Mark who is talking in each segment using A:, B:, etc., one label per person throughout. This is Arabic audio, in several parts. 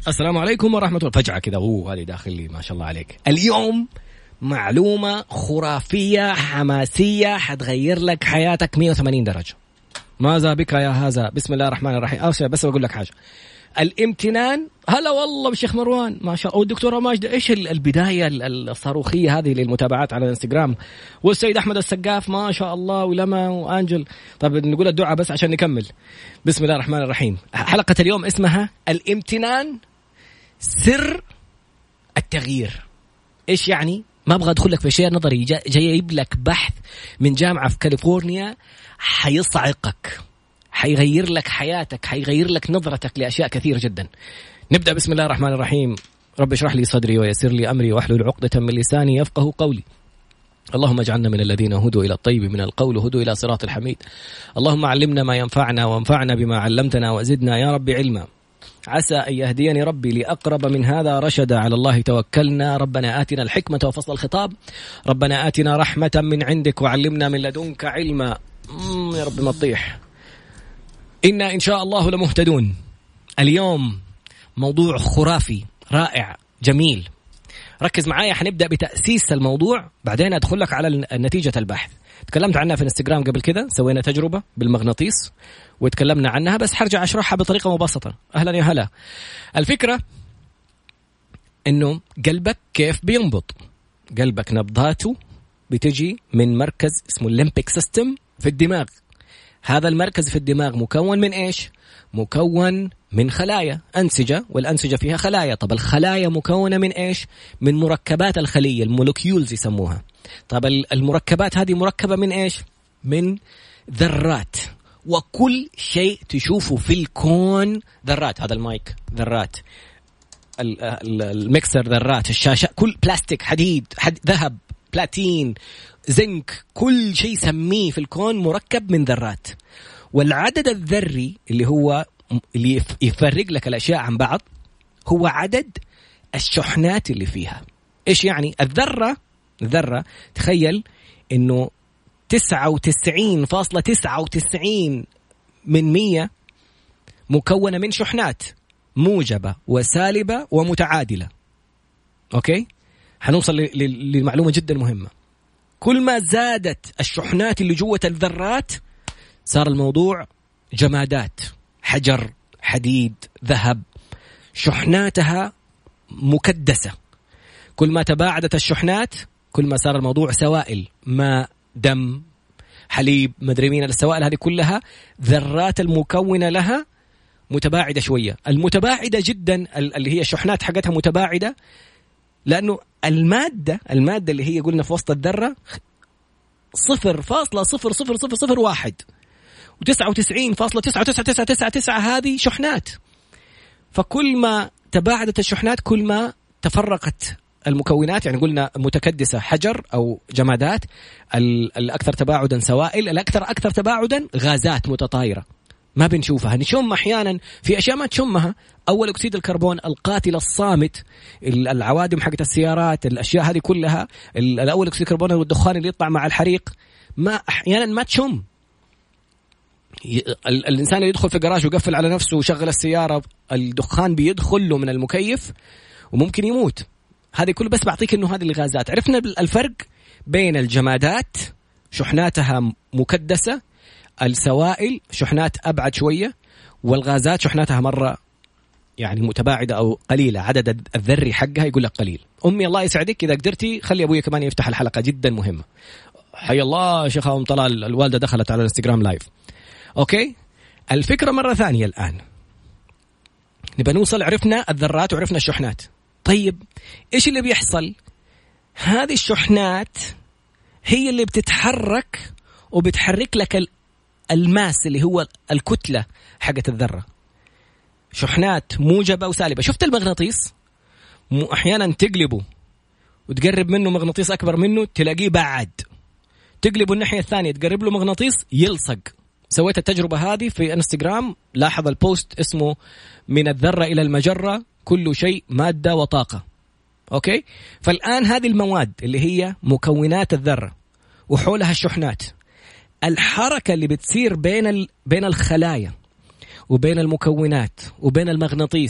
A: السلام عليكم ورحمة الله. فجعة كذا هذه داخل لي ما شاء الله عليك. اليوم معلومة خرافية حماسية حتغير لك حياتك 180 درجة. ماذا بك يا هذا؟ بسم الله الرحمن الرحيم. بس بقول لك حاجة. الامتنان. هلا والله بالشيخ مروان ما شاء الله، والدكتورة ماجدة. ايش البداية الصاروخية هذه للمتابعات على الانستغرام، والسيد احمد السقاف ما شاء الله، ولما وانجل. طب نقول الدعاء بس عشان نكمل. بسم الله الرحمن الرحيم. حلقة اليوم اسمها الامتنان سر التغيير. ايش يعني؟ ما ابغى ادخل لك في شيء نظري، جايب لك بحث من جامعة في كاليفورنيا حيصعقك، حيغير لك حياتك، حيغير لك نظرتك لأشياء كثير جدا. نبدأ. بسم الله الرحمن الرحيم. رب اشرح لي صدري ويسر لي أمري واحلل عقدة من لساني يفقه قولي. اللهم اجعلنا من الذين هدوا إلى الطيب من القول هدوا إلى صراط الحميد. اللهم علمنا ما ينفعنا وانفعنا بما علمتنا وزدنا يا رب علما. عسى أن يهديني ربي لأقرب من هذا رشدا. على الله توكلنا. ربنا آتنا الحكمة وفصل الخطاب. ربنا آتنا رحمة من عندك وعلمنا من لدنك علما. يا رب ما تطيح. إنا إن شاء الله لمهتدون. اليوم موضوع خرافي رائع جميل. ركز معايا. حنبدأ بتأسيس الموضوع، بعدين أدخل لك على نتيجة البحث. تكلمت عنها في الانستغرام قبل كده، سوينا تجربة بالمغناطيس وتكلمنا عنها، بس حرجع أشرحها بطريقة مبسطة. أهلا يا هلا. الفكرة إنه قلبك كيف بينبض. قلبك نبضاته بتجي من مركز اسمه الليمبيك سيستم في الدماغ. هذا المركز في الدماغ مكون من إيش؟ مكون من خلايا أنسجة، والأنسجة فيها خلايا. طب الخلايا مكونة من إيش؟ من مركبات الخلية، المولكيولز يسموها. طب المركبات هذه مركبة من إيش؟ من ذرات. وكل شيء تشوفه في الكون ذرات. هذا المايك ذرات، الميكسر ذرات، الشاشة كل بلاستيك، حديد، ذهب، بلاتين، زنك، كل شيء سميه في الكون مركب من ذرات. والعدد الذري اللي يفرق لك الأشياء عن بعض هو عدد الشحنات اللي فيها. إيش يعني؟ الذرة تخيل إنه 99.99% مكونة من شحنات موجبة وسالبة ومتعادلة. أوكي؟ هنوصل لمعلومة جدا مهمة. كل ما زادت الشحنات اللي جوة الذرات صار الموضوع جمادات، حجر، حديد، ذهب، شحناتها مكدسة. كل ما تباعدت الشحنات كل ما صار الموضوع سوائل، ماء، دم، حليب، مدري مين. السوائل هذه كلها ذرات المكونة لها متباعدة شوية. المتباعدة جدا اللي هي الشحنات حقتها متباعدة لأنه المادة اللي هي قلنا في وسط الذرة 0.00001 و99.99999 هذه شحنات. فكل ما تباعدت الشحنات كل ما تفرقت المكونات. يعني قلنا متكدسة حجر أو جمادات، الأكثر تباعدا سوائل، الأكثر تباعدا غازات متطايرة ما بنشوفها، نشم أحيانا في أشياء ما تشمها. أول أكسيد الكربون القاتل الصامت، العوادم حقت السيارات، الأشياء هذه كلها، الأول أكسيد الكربون والدخان اللي يطلع مع الحريق ما أحيانا ما تشم. الإنسان اللي يدخل في جراج ويقفل على نفسه وشغل السيارة، الدخان بيدخل له من المكيف وممكن يموت. هذه كله بس بعطيك إنه هذه الغازات. عرفنا الفرق بين الجمادات شحناتها مكدسة، السوائل شحنات أبعد شوية، والغازات شحناتها مرة يعني متباعدة أو قليلة، عدد الذري حقها يقول لك قليل. أمي الله يسعدك إذا قدرتي خلي أبويا كمان يفتح الحلقة، جدا مهمة. حي الله شيخة أم طلال، الوالدة دخلت على الانستغرام لايف. أوكي، الفكرة مرة ثانية الآن نبقى نوصل. عرفنا الذرات وعرفنا الشحنات. طيب إيش اللي بيحصل؟ هذه الشحنات هي اللي بتتحرك وبتحرك لك الماس اللي هو الكتلة حقت الذرة. شحنات موجبة وسالبة. شفت المغناطيس؟ أحيانا تقلبه وتقرب منه مغناطيس أكبر منه تلاقيه بعد، تقلبه الناحية الثانية تقرب له مغناطيس يلصق. سويت التجربة هذه في انستغرام، لاحظ البوست اسمه من الذرة إلى المجرة كل شيء مادة وطاقة. أوكي، فالآن هذه المواد اللي هي مكونات الذرة وحولها الشحنات، الحركة اللي بتصير بين الخلايا وبين المكونات وبين المغناطيس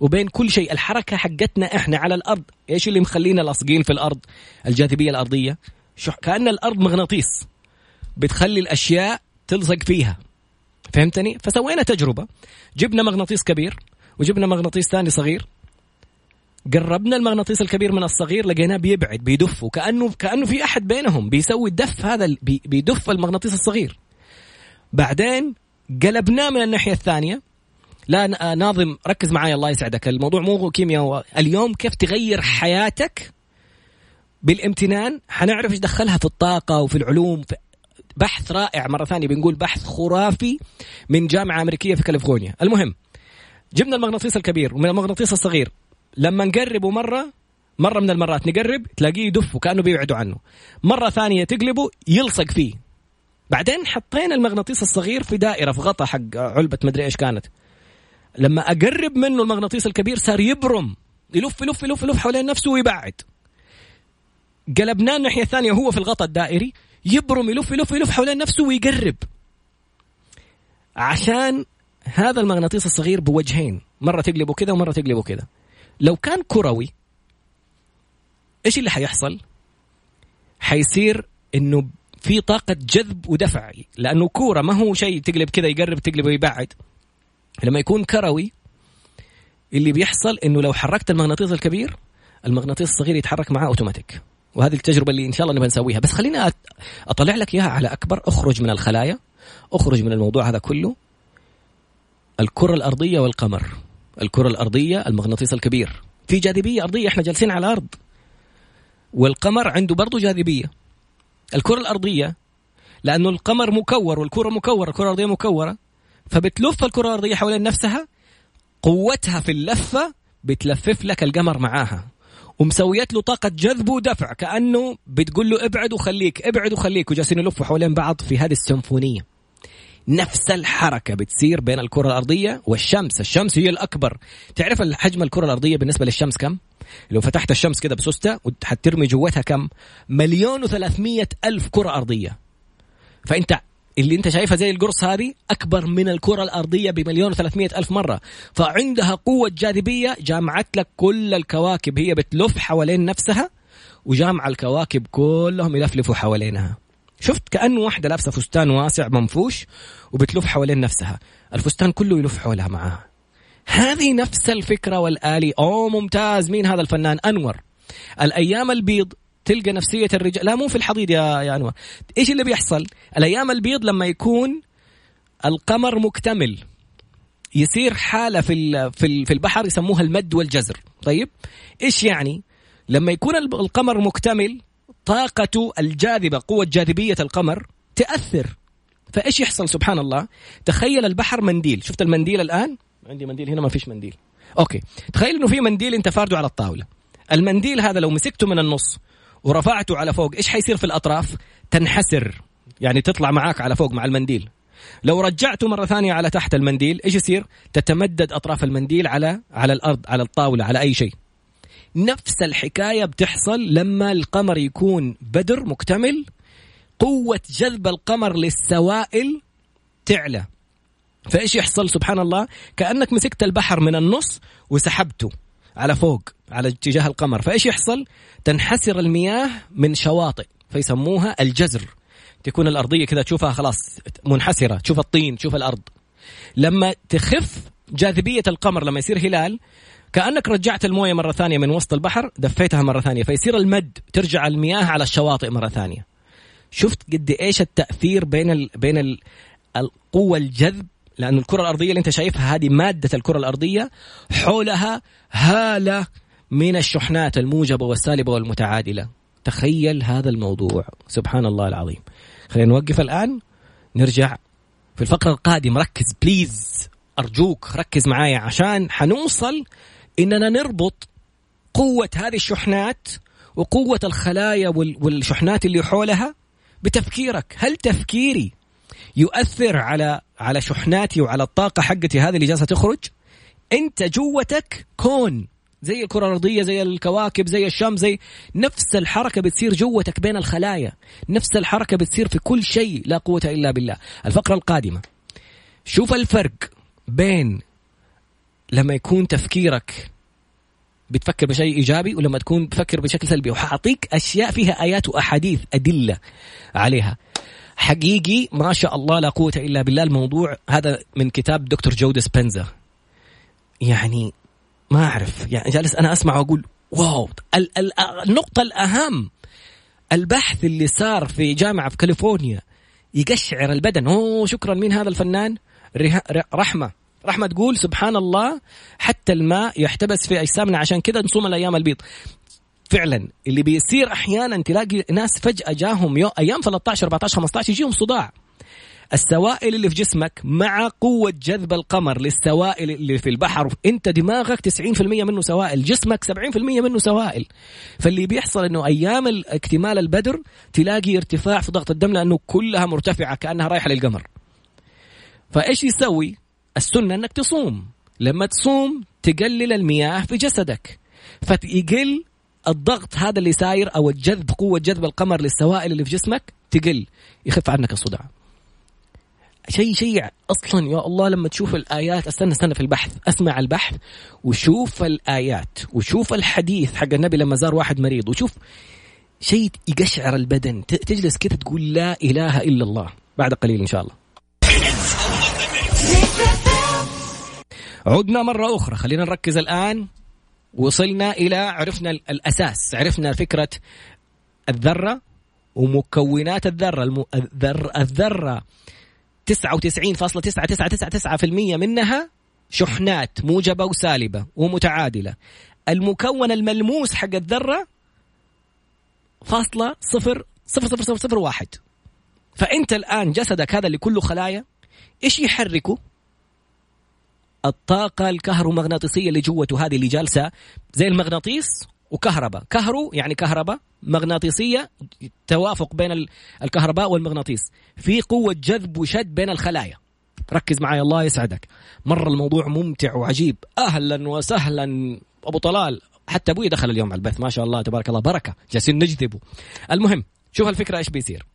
A: وبين كل شيء. الحركة حقتنا إحنا على الأرض إيش اللي مخلينا لاصقين في الأرض؟ الجاذبية الأرضية. كأن الأرض مغناطيس بتخلي الأشياء تلصق فيها، فهمتني؟ فسوينا تجربة، جبنا مغناطيس كبير وجبنا مغناطيس ثاني صغير، قربنا المغناطيس الكبير من الصغير لقيناه بيبعد بيدف، وكأنه في أحد بينهم بيسوي الدف هذا، بيدف المغناطيس الصغير. بعدين قلبناه من الناحية الثانية. لا ناظم ركز معايا الله يسعدك، الموضوع مو كيمياء اليوم، كيف تغير حياتك بالامتنان. حنعرف ايش دخلها في الطاقة وفي العلوم. في بحث رائع مرة ثانية، بنقول بحث خرافي من جامعة أمريكية في كاليفورنيا. المهم جبنا المغناطيس الكبير ومن المغناطيس الصغير، لما نقربه مرة من المرات نقرب تلاقيه يدف وكأنه بيبعدوا عنه، مرة ثانية تقلبه يلصق فيه. بعدين حطينا المغناطيس الصغير في دائرة في غطاء حق علبة مدري إيش كانت، لما أقرب منه المغناطيس الكبير صار يبرم، يلف يلف يلف يلف حوالين نفسه ويبعد. قلبناه الناحية الثانية هو في الغطاء الدائري، يبرم يلف يلف يلف حوالين نفسه ويقرب. عشان هذا المغناطيس الصغير بوجهين، مرة تقلبه كذا ومرة تقلبه كذا. لو كان كروي إيش اللي حيحصل؟ حيصير إنه في طاقة جذب ودفع، لأنه كورة ما هو شيء تقلب كذا يقرب تقلب ويبعد. لما يكون كروي اللي بيحصل إنه لو حركت المغناطيس الكبير المغناطيس الصغير يتحرك معاه أوتوماتيك. وهذه التجربة اللي إن شاء الله نبغى نسويها، بس خلينا أطلع لك إياها على أكبر. أخرج من الخلايا، أخرج من الموضوع هذا كله. الكرة الأرضية والقمر. الكرة الأرضية المغناطيس الكبير، في جاذبية أرضية، إحنا جالسين على الأرض، والقمر عنده برضو جاذبية. الكرة الأرضية لأنه القمر مكور والكرة مكورة، الكرة الأرضية مكورة، فبتلف الكرة الأرضية حوالين نفسها، قوتها في اللفة بتلفف لك القمر معاها، ومسويت له طاقة جذب ودفع، كأنه بتقول له ابعد وخليك ابعد وخليك، وجالسين يلفوا حوالين بعض في هذه السيمفونية. نفس الحركة بتصير بين الكرة الأرضية والشمس. الشمس هي الأكبر. تعرف الحجم الكرة الأرضية بالنسبة للشمس كم؟ لو فتحت الشمس كده بسوستة وحترمي جوتها كم؟ 1,300,000 كرة أرضية. فأنت اللي أنت شايفها زي القرص هذه أكبر من الكرة الأرضية ب1,300,000 مرة. فعندها قوة جاذبية جامعت لك كل الكواكب، هي بتلف حوالين نفسها وجامع الكواكب كلهم يلفلفوا حوالينها. شفت كأنه واحدة لابسة فستان واسع منفوش وبتلف حوالين نفسها، الفستان كله يلف حولها معاها. هذه نفس الفكرة والآلي. ممتاز. مين هذا الفنان؟ أنور. الأيام البيض تلقى نفسية الرجال، لا مو في الحضيض يا أنور. إيش اللي بيحصل؟ الأيام البيض لما يكون القمر مكتمل يصير حالة في البحر يسموها المد والجزر. طيب إيش يعني؟ لما يكون القمر مكتمل طاقته الجاذبة، قوة جاذبية القمر تأثر. فإيش يحصل؟ سبحان الله. تخيل البحر منديل. شفت المنديل الآن؟ عندي منديل هنا، ما فيش منديل. أوكي، تخيل إنه في منديل أنت فارده على الطاولة. المنديل هذا لو مسكته من النص ورفعته على فوق إيش حيصير في الأطراف؟ تنحسر، يعني تطلع معاك على فوق مع المنديل. لو رجعته مرة ثانية على تحت المنديل إيش يصير؟ تتمدد أطراف المنديل على الأرض، على الطاولة، على أي شيء. نفس الحكاية بتحصل لما القمر يكون بدر مكتمل. قوة جذب القمر للسوائل تعلى. فإيش يحصل؟ سبحان الله، كأنك مسكت البحر من النص وسحبته على فوق على اتجاه القمر. فإيش يحصل؟ تنحسر المياه من شواطئ فيسموها الجزر. تكون الأرضية كذا تشوفها خلاص منحسرة، تشوف الطين، تشوف الأرض. لما تخف جاذبية القمر، لما يصير هلال، كأنك رجعت الموية مرة ثانية من وسط البحر، دفيتها مرة ثانية، فيصير المد، ترجع المياه على الشواطئ مرة ثانية. شفت قد إيش التأثير بين القوة الجذب؟ لأن الكرة الأرضية اللي أنت شايفها هذه مادة الكرة الأرضية، حولها هالة من الشحنات الموجبة والسالبة والمتعادلة. تخيل هذا الموضوع، سبحان الله العظيم. خلينا نوقف الآن، نرجع في الفقرة القادمة. ركز بليز، أرجوك ركز معايا، عشان حنوصل إننا نربط قوة هذه الشحنات وقوة الخلايا والشحنات اللي حولها بتفكيرك. هل تفكيري يؤثر على شحناتي وعلى الطاقة حقتي هذه اللي جالسة تخرج؟ أنت جوتك كون زي الكرة الأرضية، زي الكواكب، زي الشمس، زي نفس الحركة بتصير جوتك بين الخلايا، نفس الحركة بتصير في كل شيء. لا قوة إلا بالله. الفقرة القادمة شوف الفرق بين لما يكون تفكيرك بتفكر بشيء إيجابي ولما تكون بتفكر بشكل سلبي. وحاعطيك أشياء فيها آيات وأحاديث أدلة عليها حقيقي ما شاء الله لا قوة إلا بالله. الموضوع هذا من كتاب دكتور جو ديسبنزا. يعني ما أعرف يعني جالس أنا أسمع وأقول واو. النقطة الأهم البحث اللي صار في جامعة في كاليفورنيا يقشعر البدن. شكرا. مين هذا الفنان؟ رحمة تقول سبحان الله حتى الماء يحتبس في أجسامنا عشان كده نصوم الأيام البيض. فعلا اللي بيصير أحيانا تلاقي ناس فجأة جاهم أيام 13 14 15 يجيهم صداع. السوائل اللي في جسمك مع قوة جذب القمر للسوائل اللي في البحر. انت دماغك 90% منه سوائل، جسمك 70% منه سوائل. فاللي بيحصل انه ايام اكتمال البدر تلاقي ارتفاع في ضغط الدم لانه كلها مرتفعة كأنها رايحة للقمر. فايش يسوي؟ السنة انك تصوم. لما تصوم تقلل المياه في جسدك فتقل الضغط هذا اللي ساير او الجذب، قوة جذب القمر للسوائل اللي في جسمك تقل، يخف عنك الصداع. شيء أصلا يا الله لما تشوف الآيات. استنى في البحث، أسمع البحث وشوف الآيات وشوف الحديث حق النبي لما زار واحد مريض، وشوف شيء يقشعر البدن. تجلس كده تقول لا إله إلا الله. بعد قليل إن شاء الله. عدنا مرة أخرى. خلينا نركز الآن. وصلنا إلى عرفنا الأساس، عرفنا فكرة الذرة ومكونات الذرة. الذرة 99.9999% منها شحنات موجبة وسالبة ومتعادلة. المكون الملموس حق الذرة 0.0001. فأنت الآن جسدك هذا اللي كله خلايا إيش يحركه؟ الطاقة الكهرومغناطيسية اللي جوته هذه اللي جالسة زي المغناطيس وكهرباء. كهرو يعني كهرباء، مغناطيسية توافق بين الكهرباء والمغناطيس، في قوة جذب وشد بين الخلايا. ركز معي الله يسعدك. مرة الموضوع ممتع وعجيب. أهلا وسهلا أبو طلال. حتى أبوي دخل اليوم على البث ما شاء الله تبارك الله، بركة جالسين نجذبه. المهم شوف الفكرة إيش بيصير.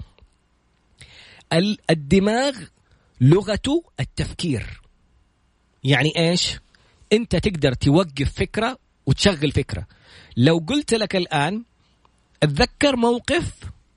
A: الدماغ لغته التفكير. يعني إيش؟ أنت تقدر توقف فكرة وتشغل فكرة. لو قلت لك الآن اتذكر موقف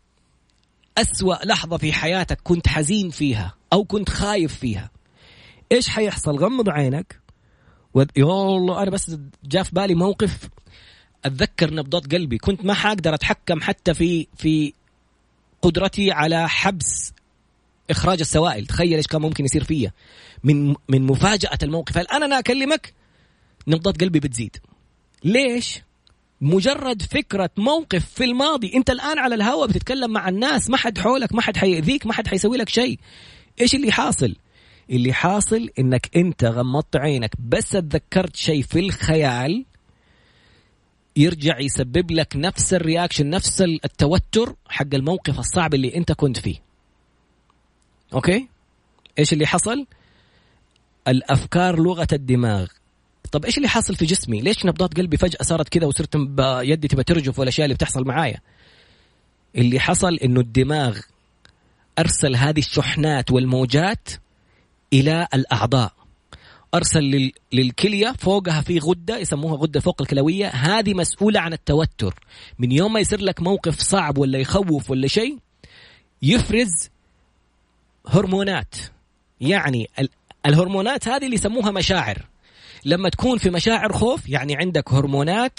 A: أسوأ لحظة في حياتك كنت حزين فيها أو كنت خايف فيها، إيش حيحصل؟ غمض عينك يا الله أنا بس جاء في بالي موقف أتذكر نبضات قلبي، كنت ما حقدر أتحكم حتى في قدرتي على حبس إخراج السوائل. تخيل إيش كان ممكن يصير فيا من مفاجأة الموقف. الآن أنا أكلمك نبضات قلبي بتزيد. ليش؟ مجرد فكرة موقف في الماضي. أنت الآن على الهواء بتتكلم مع الناس، ما حد حولك، ما حد حيأذيك، ما حد حيسوي لك شيء. إيش اللي حاصل؟ اللي حاصل إنك أنت غمضت عينك بس تذكرت شيء في الخيال يرجع يسبب لك نفس الرياكشن، نفس التوتر حق الموقف الصعب اللي أنت كنت فيه. أوكي؟ إيش اللي حصل؟ الأفكار لغة الدماغ. طب إيش اللي حاصل في جسمي؟ ليش نبضات قلبي فجأة صارت كذا وصرت يدي تبى ترجف والأشياء اللي بتحصل معايا؟ اللي حصل إنه الدماغ أرسل هذه الشحنات والموجات إلى الأعضاء. أرسل للكلية، فوقها في غدة يسموها غدة فوق الكلوية، هذه مسؤولة عن التوتر. من يوم ما يصير لك موقف صعب ولا يخوف ولا شيء يفرز هرمونات. يعني الهرمونات هذه اللي يسموها مشاعر. لما تكون في مشاعر خوف يعني عندك هرمونات.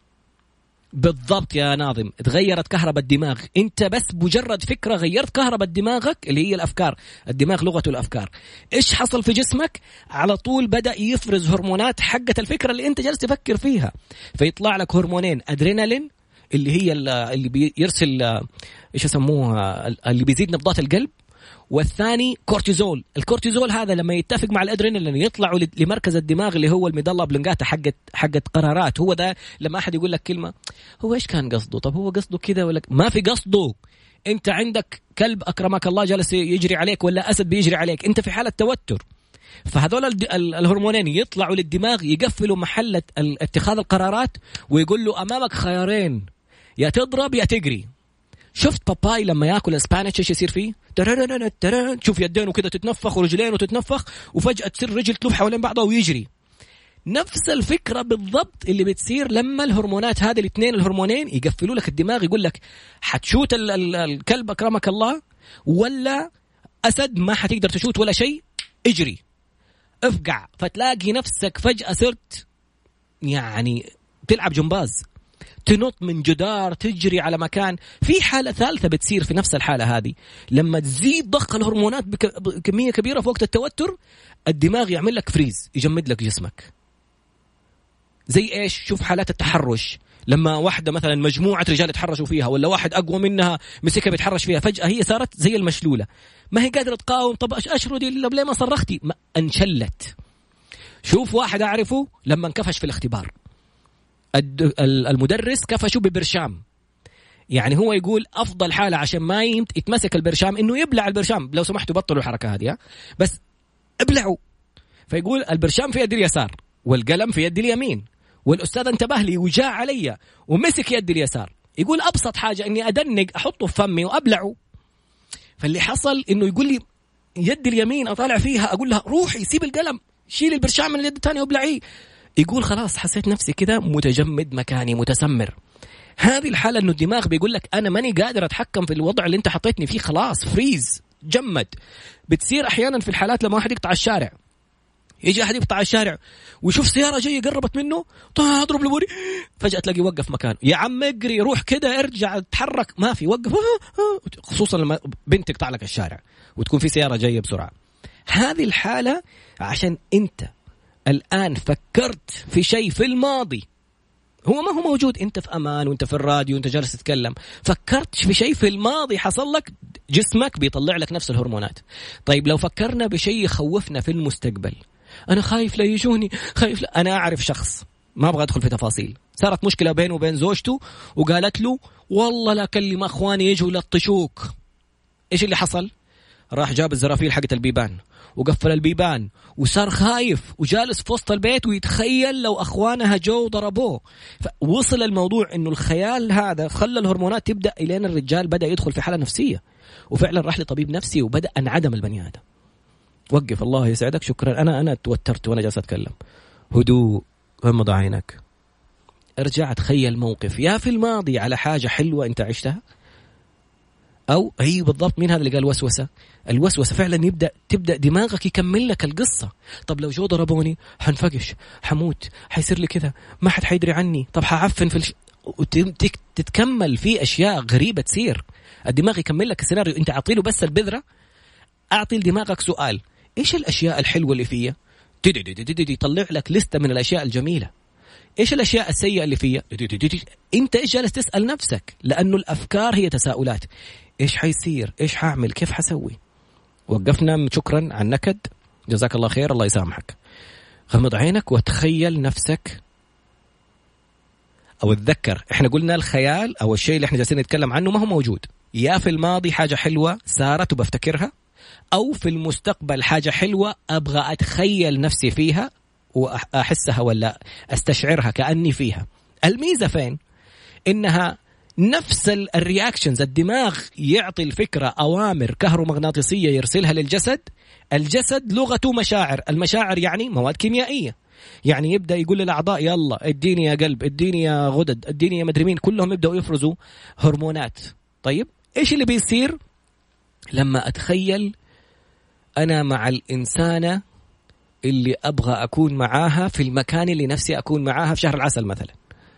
A: بالضبط يا ناظم، تغيرت كهرباء الدماغ. انت بس مجرد فكرة غيرت كهرباء دماغك اللي هي الأفكار. الدماغ لغته الأفكار. ايش حصل في جسمك؟ على طول بدأ يفرز هرمونات حقة الفكرة اللي انت جالس تفكر فيها. فيطلع لك هرمونين، أدرينالين اللي هي اللي بيرسل ايش يسموها اللي بيزيد نبضات القلب، والثاني كورتيزول. الكورتيزول هذا لما يتفق مع الادرينالين يطلعوا لمركز الدماغ اللي هو الميدالا بلنجاتا حقت قرارات. هو ده لما احد يقول لك كلمه هو ايش كان قصده؟ طب هو قصده كذا ولا ما في قصده؟ انت عندك كلب اكرمك الله جالس يجري عليك ولا اسد بيجري عليك، انت في حاله توتر. فهذول الهرمونين يطلعوا للدماغ يقفلوا محل اتخاذ القرارات ويقول له امامك خيارين، يا تضرب يا تجري. شفت باباي لما ياكل اسبانيش ايش يصير فيه؟ تشوف يدينه كده تتنفخ ورجلينه تتنفخ وفجأة تصير رجل تلف حوالين بعضها ويجري. نفس الفكرة بالضبط اللي بتصير لما الهرمونات هذه الاثنين الهرمونين يقفلوا لك الدماغ، يقول لك حتشوت الكلب أكرمك الله ولا أسد ما حتقدر تشوت ولا شيء، اجري افقع، فتلاقي نفسك فجأة صرت يعني تلعب جمباز، تنط من جدار، تجري على مكان. في حالة ثالثة بتصير في نفس الحالة هذه، لما تزيد ضخ الهرمونات بكمية كبيرة في وقت التوتر، الدماغ يعمل لك فريز، يجمد لك جسمك. زي ايش؟ شوف حالات التحرش، لما واحدة مثلا مجموعة رجال يتحرشوا فيها، ولا واحد أقوى منها مسكها بيتحرش فيها، فجأة هي صارت زي المشلولة، ما هي قادرة تقاوم. طب أشردي ليه ما صرختي؟ ما انشلت. شوف واحد أعرفه لما انكفش في الاختبار، المدرس كفشه ببرشام، يعني هو يقول أفضل حالة عشان ما يتمسك البرشام إنه يبلع البرشام. لو سمحتوا بطلوا الحركة هذه، بس ابلعوا. فيقول البرشام في يد اليسار والقلم في يد اليمين، والأستاذ انتبه لي وجاء علي ومسك يد اليسار. يقول أبسط حاجة إني أدنق أحطه في فمي وأبلعه. فاللي حصل إنه يقول لي يد اليمين أطالع فيها، أقول لها روحي سيب القلم، شيل البرشام من اليد الثانية وابلعيه. يقول خلاص حسيت نفسي كده متجمد مكاني، متسمر. هذه الحالة إنه الدماغ بيقول لك أنا ماني قادر أتحكم في الوضع اللي أنت حطيتني فيه، خلاص فريز، جمد. بتصير أحيانا في الحالات لما واحد يقطع الشارع، يجي أحد يقطع الشارع ويشوف سيارة جاية قربت منه، اضرب لبوري، فجأة تلاقي وقف مكانه. يا عم اجري، روح كده، ارجع، تحرك، ما في، وقف. خصوصا لما بنت تقطع لك الشارع وتكون في سيارة جاية بسرعة. هذه الحالة عشان أنت الآن فكرت في شيء في الماضي هو ما هو موجود، أنت في أمان وأنت في الراديو وأنت جالس تتكلم، فكرت في شيء في الماضي حصل لك، جسمك بيطلع لك نفس الهرمونات. طيب لو فكرنا بشيء يخوفنا في المستقبل، أنا خايف لا يجوني، خايف لا. أنا أعرف شخص، ما أبغى أدخل في تفاصيل، صارت مشكلة بينه وبين زوجته وقالت له والله لا كلم أخواني يجوا يلطشوك. إيش اللي حصل؟ راح جاب الزرافيل حقت البيبان وقفل البيبان وصار خايف وجالس في وسط البيت ويتخيل لو أخوانها جو ضربوه. فوصل الموضوع إنه الخيال هذا خلى الهرمونات تبدأ، إلين الرجال بدأ يدخل في حالة نفسية، وفعلا راح لطبيب نفسي وبدأ انعدم البني آدم. وقف، الله يسعدك، شكرا، أنا توترت وأنا جالس أتكلم. هدوء، غمض عينك، ارجع تخيل موقف يا في الماضي على حاجة حلوة أنت عشتها، أو هي بالضبط. مين هذا اللي قال وسوسة؟ الوسوسة فعلا تبدأ دماغك يكمل لك القصة. طب لو جو ضربوني حنفقش، حموت، حيصير لي كذا، ما حد حيدري عني، طب حعفن في تتكمل في أشياء غريبة تصير. الدماغ يكمل لك السيناريو. أنت أعطيله بس البذرة، أعطي لدماغك سؤال، إيش الأشياء الحلوة اللي فيها؟ يطلع لك لستة من الأشياء الجميلة. إيش الأشياء السيئة اللي فيها؟ أنت إيش جالس تسأل نفسك؟ لأنه الأفكار هي تساؤلات. إيش حيصير؟ إيش حاعمل؟ كيف حسوي؟ وقفنا، شكرا عن النكد، جزاك الله خير، الله يسامحك. غمض عينك وتخيل نفسك، أو اتذكر إحنا قلنا الخيال أو الشيء اللي إحنا جالسين نتكلم عنه ما هو موجود. يا في الماضي حاجة حلوة صارت وبفتكرها، أو في المستقبل حاجة حلوة أبغى أتخيل نفسي فيها وأحسها ولا أستشعرها كأني فيها. الميزة فين؟ إنها نفس الرياكشنز. الدماغ يعطي الفكرة أوامر كهرومغناطيسية يرسلها للجسد. الجسد لغته مشاعر، المشاعر يعني مواد كيميائية، يعني يبدأ يقول للأعضاء يلا اديني يا قلب، اديني يا غدد، اديني يا مدري مين، كلهم يبدأوا يفرزوا هرمونات. طيب إيش اللي بيصير لما أتخيل أنا مع الإنسانة اللي أبغى أكون معاها في المكان اللي نفسي أكون معاها في شهر العسل مثلا؟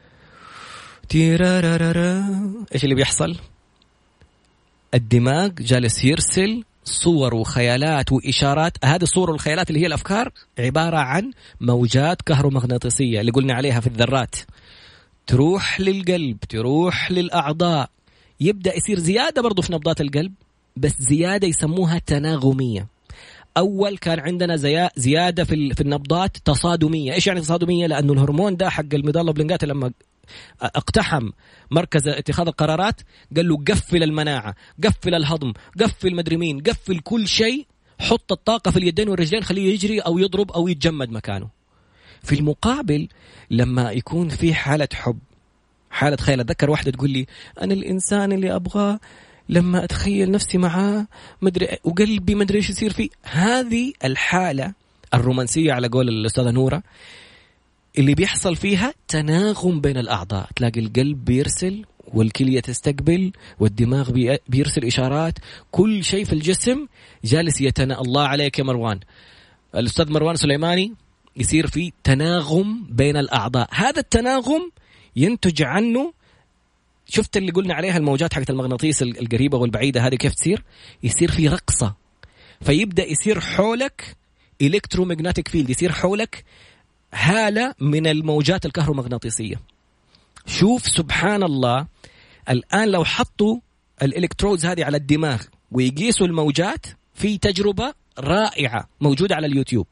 A: إيش اللي بيحصل؟ الدماغ جالس يرسل صور وخيالات وإشارات. هذه الصور والخيالات اللي هي الأفكار عبارة عن موجات كهرومغناطيسية اللي قلنا عليها في الذرات، تروح للقلب، تروح للأعضاء، يبدأ يصير زيادة برضو في نبضات القلب، بس زيادة يسموها تناغمية. أول كان عندنا زيادة في النبضات تصادمية. إيش يعني تصادمية؟ لأنه الهرمون ده حق المظلة بلنقات لما اقتحم مركز اتخاذ القرارات قال له قفل المناعة، قفل الهضم، قفل مدري مين، قفل كل شيء، حط الطاقة في اليدين والرجلين، خليه يجري أو يضرب أو يتجمد مكانه. في المقابل لما يكون في حالة حب، حالة خيال، أتذكر واحدة تقول لي أنا الإنسان اللي أبغاه لما أتخيل نفسي معاه مدري وقلبي مدري إيش يصير فيه. هذه الحالة الرومانسية على قول الأستاذة نورة اللي بيحصل فيها تناغم بين الأعضاء، تلاقي القلب بيرسل والكلية تستقبل والدماغ بيرسل إشارات، كل شيء في الجسم جالس الله عليك يا مروان، الأستاذ مروان سليماني، يصير في تناغم بين الأعضاء. هذا التناغم ينتج عنه، شفت اللي قلنا عليها الموجات حقت المغناطيس القريبة والبعيدة هذه كيف تصير؟ يصير في رقصة، فيبدأ يصير حولك إلكترومغناطيك فيلد، يصير حولك هالة من الموجات الكهرومغناطيسية. شوف سبحان الله، الآن لو حطوا الإلكترودز هذه على الدماغ ويقيسوا الموجات، في تجربة رائعة موجودة على اليوتيوب،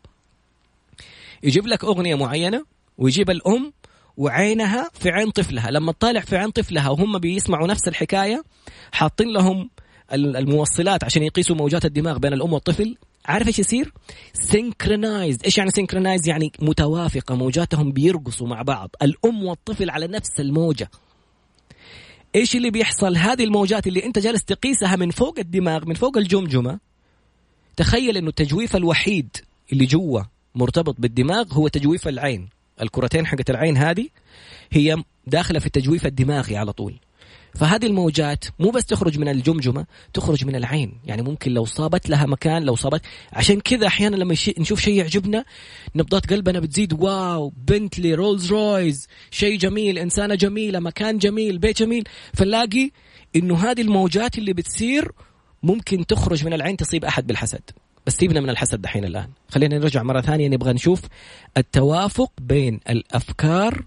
A: يجيب لك أغنية معينة ويجيب الأم وعينها في عين طفلها، لما تطالع في عين طفلها وهم بيسمعوا نفس الحكاية، حاطين لهم الموصلات عشان يقيسوا موجات الدماغ بين الأم والطفل. عارف إيش يصير؟ سينكرونايزد. إيش يعني سينكرونايزد؟ يعني متوافقة، موجاتهم بيرقصوا مع بعض، الأم والطفل على نفس الموجة. إيش اللي بيحصل؟ هذه الموجات اللي أنت جالس تقيسها من فوق الدماغ، من فوق الجمجمة، تخيل إنه التجويف الوحيد اللي جوا مرتبط بالدماغ هو تجويف العين، الكرتين حقت العين هذه هي داخلة في التجويف الدماغي على طول. فهذه الموجات مو بس تخرج من الجمجمة، تخرج من العين، يعني ممكن لو صابت لها مكان، لو صابت. عشان كذا أحيانا لما نشوف شيء يعجبنا نبضات قلبنا بتزيد، واو، بنتلي، رولز رويز، شيء جميل، إنسانة جميلة، مكان جميل، بيت جميل، فنلاقي إنه هذه الموجات اللي بتصير ممكن تخرج من العين تصيب أحد بالحسد. بس سيبنا من الحسد دحين الآن، خلينا نرجع مرة ثانية، نبغى نشوف التوافق بين الأفكار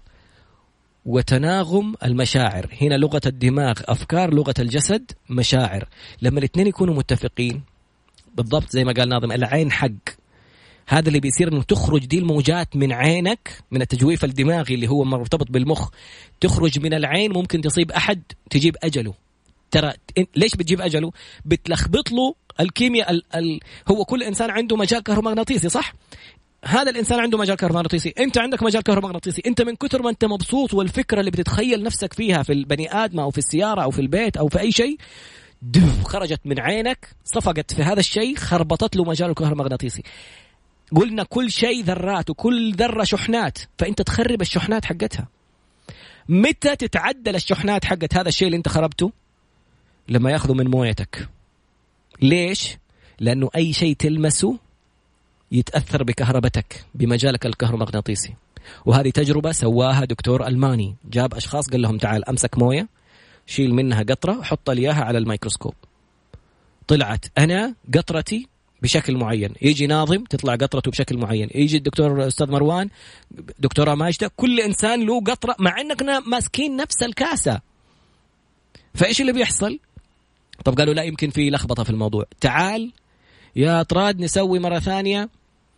A: وتناغم المشاعر. هنا لغة الدماغ أفكار، لغة الجسد مشاعر. لما الاثنين يكونوا متفقين بالضبط زي ما قال ناظم، العين حق، هذا اللي بيصير انه تخرج دي الموجات من عينك، من التجويف الدماغي اللي هو مرتبط بالمخ، تخرج من العين، ممكن تصيب أحد، تجيب أجله. ترى ليش بتجيب أجله؟ بتلخبط له الكيمياء. هو كل إنسان عنده مجال كهرومغناطيسي، صح؟ هذا الإنسان عنده مجال كهرومغناطيسي، أنت عندك مجال كهرومغناطيسي. أنت من كثر ما أنت مبسوط والفكرة اللي بتتخيل نفسك فيها في البني آدم أو في السيارة أو في البيت أو في أي شيء، خرجت من عينك، صفقت في هذا الشيء، خربطت له مجال الكهرومغناطيسي. قلنا كل شيء ذرات، وكل ذرة شحنات، فأنت تخرب الشحنات حقتها. متى تتعدل الشحنات حقت هذا الشيء اللي أنت خربته؟ لما يأخذوا من مويتك. ليش؟ لأنه أي شيء تلمسه يتأثر بكهربتك، بمجالك الكهرومغناطيسي. وهذه تجربة سواها دكتور ألماني، جاب أشخاص قال لهم تعال أمسك موية، شيل منها قطرة، حط لي إياها على الميكروسكوب. طلعت أنا قطرتي بشكل معين، يجي ناظم تطلع قطرته بشكل معين، يجي الدكتور أستاذ مروان، دكتورة ماجدة، كل إنسان له قطرة مع أننا ماسكين نفس الكاسة. فإيش اللي بيحصل؟ طب قالوا لا، يمكن في لخبطة في الموضوع. تعال يا طراد نسوي مرة ثانية،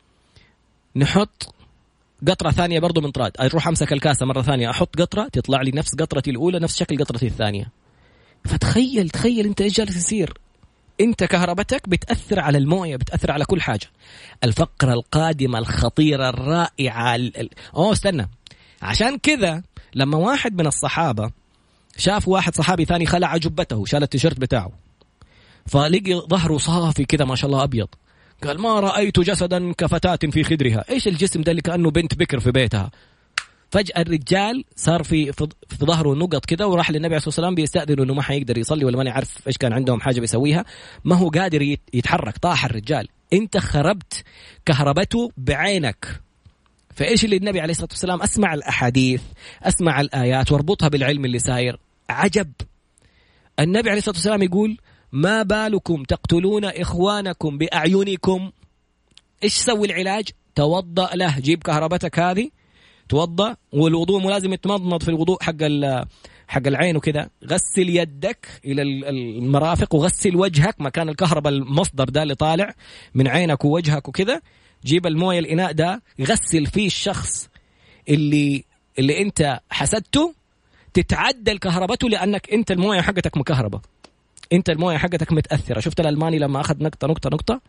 A: نحط قطرة ثانية برضو من طراد، أروح أمسك الكاسة مرة ثانية، أحط قطرة تطلع لي نفس قطرتي الأولى، نفس شكل قطرتي الثانية. فتخيل أنت إيش جالس يصير. أنت كهربتك بتأثر على الموية، بتأثر على كل حاجة. الفقرة القادمة الخطيرة الرائعة استنى، عشان كذا لما واحد من الصحابة شاف واحد صحابي ثاني خلع جبته، شال التيشيرت بتاعه، فلقي ظهره صافي كذا ما شاء الله أبيض، قال ما رأيت جسدا كفتاة في خدرها. إيش الجسم ده اللي كأنه بنت بكر في بيتها. فجأة الرجال صار في ظهره نقط كذا، وراح للنبي عليه الصلاة والسلام بيستأذنوا إنه ما حيقدر يصلي، ولا ما نعرف إيش كان عندهم حاجة بيسويها، ما هو قادر يتحرك، طاح الرجال. أنت خربت كهربته بعينك. فإيش اللي النبي عليه الصلاة والسلام، أسمع الأحاديث، أسمع الآيات واربطها بالعلم اللي ساير. عجب، النبي عليه الصلاة والسلام يقول ما بالكم تقتلون إخوانكم بأعينكم. إيش سوي العلاج؟ توضأ له، جيب كهربتك هذه توضأ، والوضوء مو لازم يتمضمض في الوضوء حق العين وكذا، غسل يدك إلى المرافق، وغسل وجهك مكان الكهرباء المصدر ده اللي طالع من عينك ووجهك وكذا. جيب المويه الإناء ده، غسل فيه الشخص اللي أنت حسدته، تتعدل كهربته، لأنك أنت المويه حقتك مكهربة، أنت المويه حقتك متأثرة. شفت الألماني لما أخذ نقطة.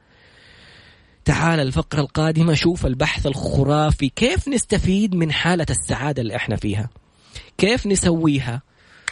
A: تعال الفقرة القادمة، شوف البحث الخرافي، كيف نستفيد من حالة السعادة اللي احنا فيها، كيف نسويها.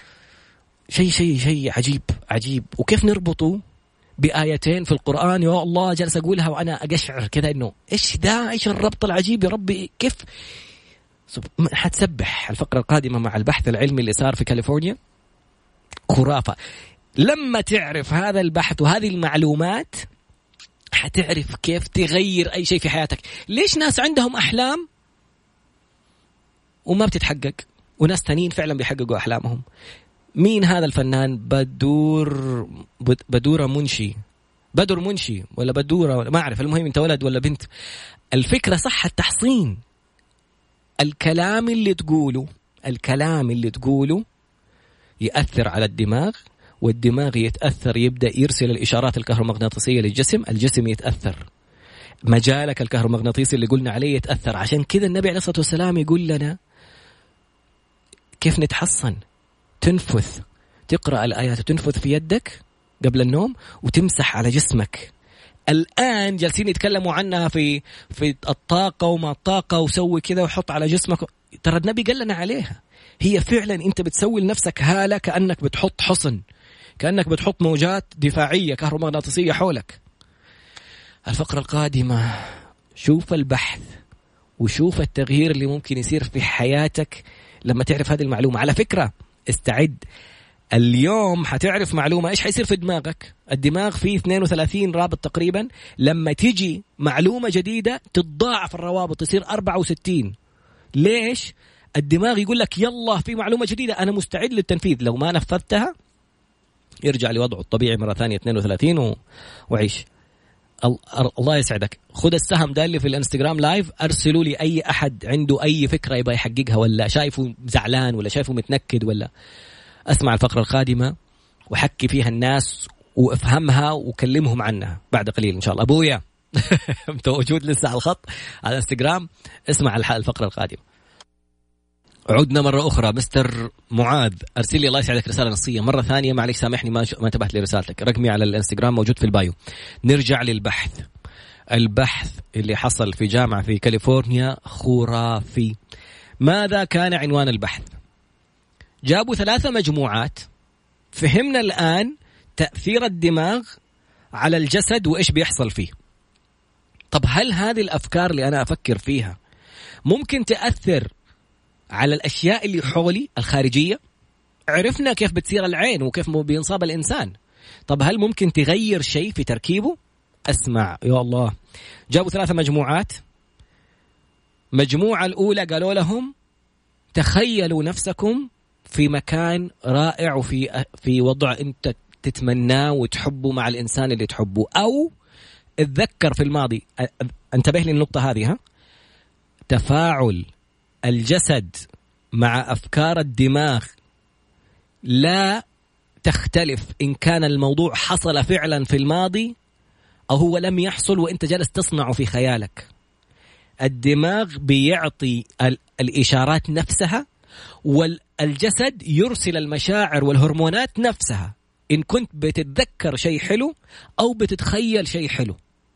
A: شيء عجيب. وكيف نربطه بآيتين في القرآن. يا الله، جالس أقولها وأنا أقشعر كذا إنه إيش الربط العجيب يا ربي. كيف حتسبح الفقرة القادمة مع البحث العلمي اللي صار في كاليفورنيا. خرافة. لما تعرف هذا البحث وهذه المعلومات حتعرف كيف تغير أي شيء في حياتك. ليش ناس عندهم أحلام وما بتتحقق، وناس تانيين فعلا بيحققوا أحلامهم؟ مين هذا الفنان؟ بدور منشي ولا بدورة ولا ما أعرف، المهم أنت ولد ولا بنت. الفكرة صح، التحصين. الكلام اللي تقوله يأثر على الدماغ، والدماغ يتأثر، يبدأ يرسل الإشارات الكهرومغناطيسية للجسم، الجسم يتأثر، مجالك الكهرومغناطيسي اللي قلنا عليه يتأثر. عشان كذا النبي عليه الصلاة والسلام يقول لنا كيف نتحصن. تنفث، تقرأ الآيات وتنفث في يدك قبل النوم وتمسح على جسمك. الآن جالسين يتكلموا عنها في الطاقة وما الطاقة، وسوي كذا وحط على جسمك. ترى النبي قال لنا عليها. هي فعلا أنت بتسوي لنفسك هالة، كأنك بتحط حصن، كأنك بتحط موجات دفاعية كهرومغناطيسية حولك. الفقرة القادمة شوف البحث وشوف التغيير اللي ممكن يصير في حياتك لما تعرف هذه المعلومة. على فكرة استعد، اليوم حتعرف معلومة إيش حيصير في دماغك. الدماغ فيه 32 رابط تقريبا، لما تيجي معلومة جديدة تتضاعف الروابط، تصير 64. ليش؟ الدماغ يقول لك يلا في معلومة جديدة أنا مستعد للتنفيذ. لو ما نفذتها يرجع لوضعه الطبيعي مرة ثانية 32 وعيش. الله يسعدك. خذ السهم ده اللي في الانستغرام لايف، أرسلوا لي أي أحد عنده أي فكرة يبغى يحققها، ولا شايفه زعلان، ولا شايفه متنكد، ولا أسمع الفقرة القادمة وحكي فيها الناس وافهمها وكلمهم عنها بعد قليل إن شاء الله. أبويا أنت موجود لسه على الخط على الانستغرام، اسمع الفقرة القادمة. عدنا مرة أخرى. مستر معاذ أرسل لي الله يسعدك رسالة نصية مرة ثانية، معلش سامحني ما انتبهت لرسالتك. رقمي على الانستغرام موجود في البايو. نرجع للبحث. البحث اللي حصل في جامعة في كاليفورنيا خرافي. ماذا كان عنوان البحث؟ جابوا 3 مجموعات. فهمنا الآن تأثير الدماغ على الجسد وإيش بيحصل فيه. طب هل هذه الأفكار اللي أنا أفكر فيها ممكن تأثر على الأشياء اللي حولي الخارجية؟ عرفنا كيف بتصير العين وكيف بينصاب الإنسان. طب هل ممكن تغير شيء في تركيبه؟ أسمع يا الله. جابوا 3 مجموعات. مجموعة الأولى قالوا لهم تخيلوا نفسكم في مكان رائع وفي وضع أنت تتمناه وتحبه مع الإنسان اللي تحبه، أو اتذكر في الماضي. انتبه لي النقطة هذه، تفاعل الجسد مع أفكار الدماغ لا تختلف إن كان الموضوع حصل فعلا في الماضي أو هو لم يحصل وإنت جالس تصنعه في خيالك. الدماغ بيعطي الإشارات نفسها، والجسد يرسل المشاعر والهرمونات نفسها إن كنت بتتذكر شيء حلو أو بتتخيل شيء حلو.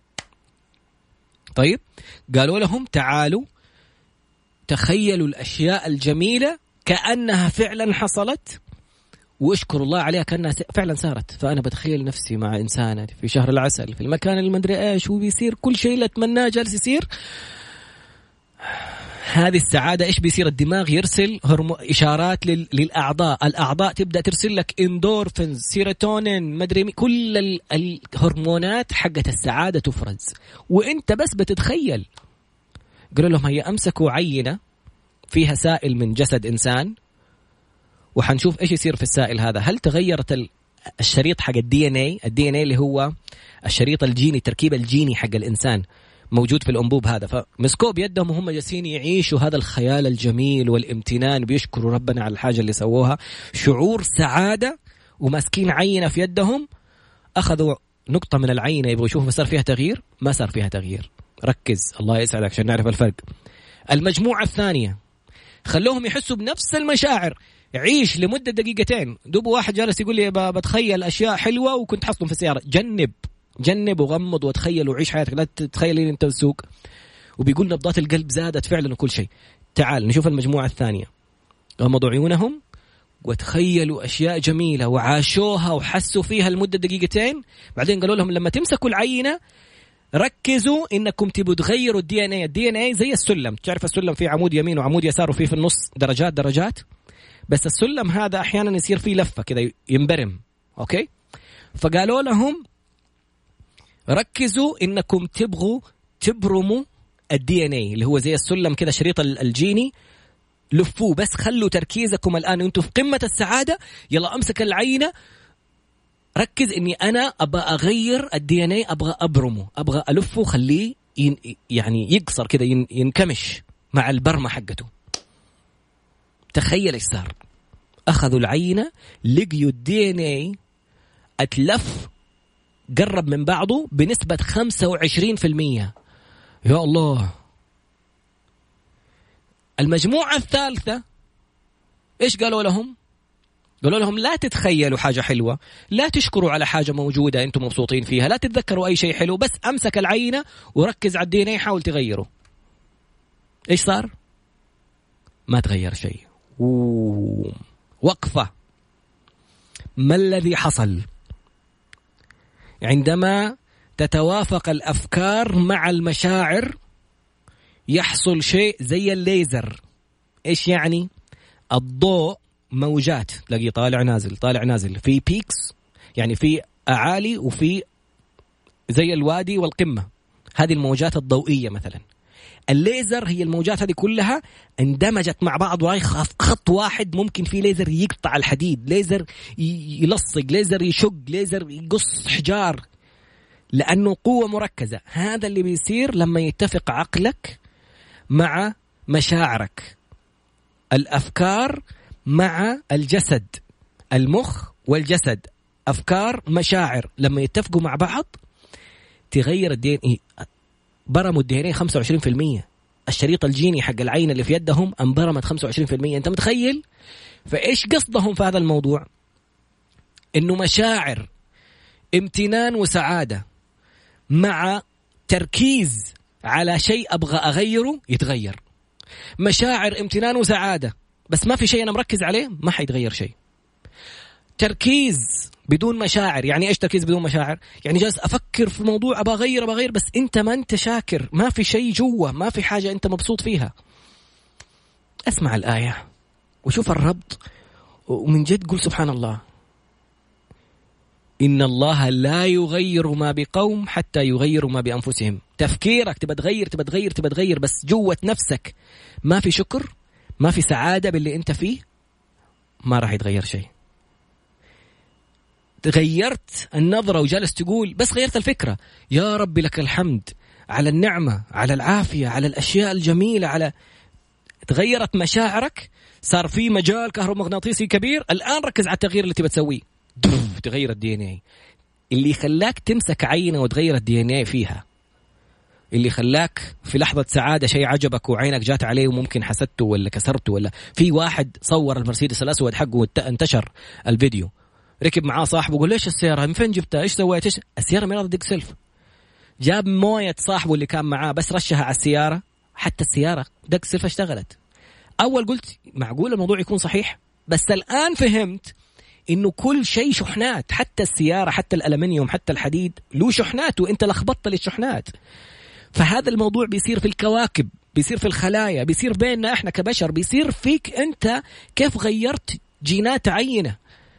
A: طيب قالوا لهم تعالوا تخيلوا الأشياء الجميلة كأنها فعلا حصلت، واشكروا الله عليها كأنها فعلا صارت. فأنا بتخيل نفسي مع إنسانة في شهر العسل في المكان اللي مدري إيش، وبيصير كل شيء اللي أتمناه جالس يصير. هذه السعادة إيش بيصير؟ الدماغ يرسل إشارات للأعضاء، الأعضاء تبدأ ترسل لك إندورفينز، سيروتونين، مدري كل الهرمونات حقت السعادة تفرز وإنت بس بتتخيل. قالوا لهم هيا أمسكوا عينة فيها سائل من جسد إنسان وحنشوف إيش يصير في السائل هذا. هل تغيرت الشريط حق الدي ان اي اللي هو الشريط الجيني، التركيب الجيني حق الإنسان موجود في الأنبوب هذا. فمسكوا بيدهم وهم جالسين يعيشوا هذا الخيال الجميل والامتنان، بيشكروا ربنا على الحاجة اللي سووها، شعور سعادة، وماسكين عينة في يدهم. أخذوا نقطة من العينة يبغوا يشوفوا صار فيها تغيير، ما صار فيها تغيير. ركز الله يسعدك عشان نعرف الفرق. المجموعة الثانية خلوهم يحسوا بنفس المشاعر. عيش لمدة 2 دقيقتين. دوب واحد جالس يقول لي بتخيل أشياء حلوة وكنت حصلهم في السيارة. جنب وغمض وتخيل وعيش حياتك، لا تتخيل إن أنت بالسوق. وبيقول نبضات القلب زادت فعلا وكل شيء. تعال نشوف المجموعة الثانية. غمضوا عيونهم وتخيلوا أشياء جميلة وعاشوها وحسوا فيها لمدة 2 دقيقتين. بعدين قالوا لهم لما تمسكوا العينة ركزوا انكم تبوا تغيروا الدي ان اي. الدي ان اي زي السلم، تعرف السلم فيه عمود يمين وعمود يسار وفيه في النص درجات، بس السلم هذا احيانا يصير فيه لفه كذا ينبرم. اوكي، فقالوا لهم ركزوا انكم تبغوا تبرموا الدي ان اي اللي هو زي السلم كذا، شريط الجيني، لفوه، بس خلوا تركيزكم الان انتم في قمه السعاده. يلا امسك العينه، ركز اني انا ابغى اغير الدي ان اي، ابغى ابرمه، ابغى الفه، خليه يعني يقصر كذا، ينكمش مع البرمه حقته. تخيل ايش صار. اخذوا العينه، لقيوا الدي ان اي اتلف، قرب من بعضه بنسبه 25%. يا الله. المجموعه الثالثه ايش قالوا لهم؟ قالوا لهم لا تتخيلوا حاجة حلوة، لا تشكروا على حاجة موجودة أنتم مبسوطين فيها، لا تتذكروا أي شيء حلو، بس أمسك العينة وركز على الدي ان اي، حاول تغيره. إيش صار؟ ما تغير شيء. وقفة. ما الذي حصل؟ عندما تتوافق الأفكار مع المشاعر يحصل شيء زي الليزر. إيش يعني؟ الضوء موجات، تلاقيه طالع نازل طالع نازل، في بيكس يعني في أعالي وفي زي الوادي والقمة، هذه الموجات الضوئية مثلا. الليزر هي الموجات هذه كلها اندمجت مع بعض وراي خط واحد. ممكن في ليزر يقطع الحديد، ليزر يلصق، ليزر يشق، ليزر يقص حجار، لأنه قوة مركزة. هذا اللي بيصير لما يتفق عقلك مع مشاعرك، الأفكار مع الجسد، المخ والجسد، أفكار مشاعر لما يتفقوا مع بعض تغير الدي ان اي. برموا الدي ان اي 25%. الشريط الجيني حق العين اللي في يدهم انبرمت 25%. انت متخيل؟ فايش قصدهم في هذا الموضوع؟ انه مشاعر امتنان وسعادة مع تركيز على شيء ابغى اغيره يتغير. مشاعر امتنان وسعادة بس ما في شيء أنا مركز عليه، ما حيتغير شيء. تركيز بدون مشاعر، يعني إيش تركيز بدون مشاعر؟ يعني جالس أفكر في موضوع أبغى أغير بس أنت ما أنت شاكر، ما في شيء جوا، ما في حاجة أنت مبسوط فيها. أسمع الآية وشوف الربط، ومن جد قول سبحان الله. إن الله لا يغير ما بقوم حتى يغيروا ما بأنفسهم. تفكيرك تبى تغير بس جوة نفسك ما في شكر، ما في سعادة باللي أنت فيه، ما راح يتغير شيء. غيرت النظرة وجالس تقول بس غيرت الفكرة، يا ربي لك الحمد على النعمة، على العافية، على الأشياء الجميلة، على تغيرت مشاعرك، صار في مجال كهرومغناطيسي كبير. الآن ركز على التغيير اللي تبى تسويه، تغير الدي ان اي. اللي خلاك تمسك عينة وتغير الدي ان اي فيها، اللي خلاك في لحظة سعادة شيء عجبك وعينك جات عليه وممكن حسدته ولا كسرته، ولا في واحد صور المرسيدس الأسود حقه وانتشر الفيديو، ركب معاه صاحبه وقال ليش السيارة من فين جبتها، ايش سويت، ايش السيارة ما راضي دق سلف. جاب موية صاحبه اللي كان معاه بس رشها على السيارة، حتى السيارة دق سلف اشتغلت. أول قلت معقول الموضوع يكون صحيح، بس الآن فهمت إنه كل شيء شحنات، حتى السيارة، حتى الألمنيوم، حتى الحديد له شحنات وإنت لخبطت للشحنات. فهذا الموضوع بيصير في الكواكب، بيصير في الخلايا، بيصير بيننا إحنا كبشر، بيصير فيك أنت كيف غيرت جينات عينة.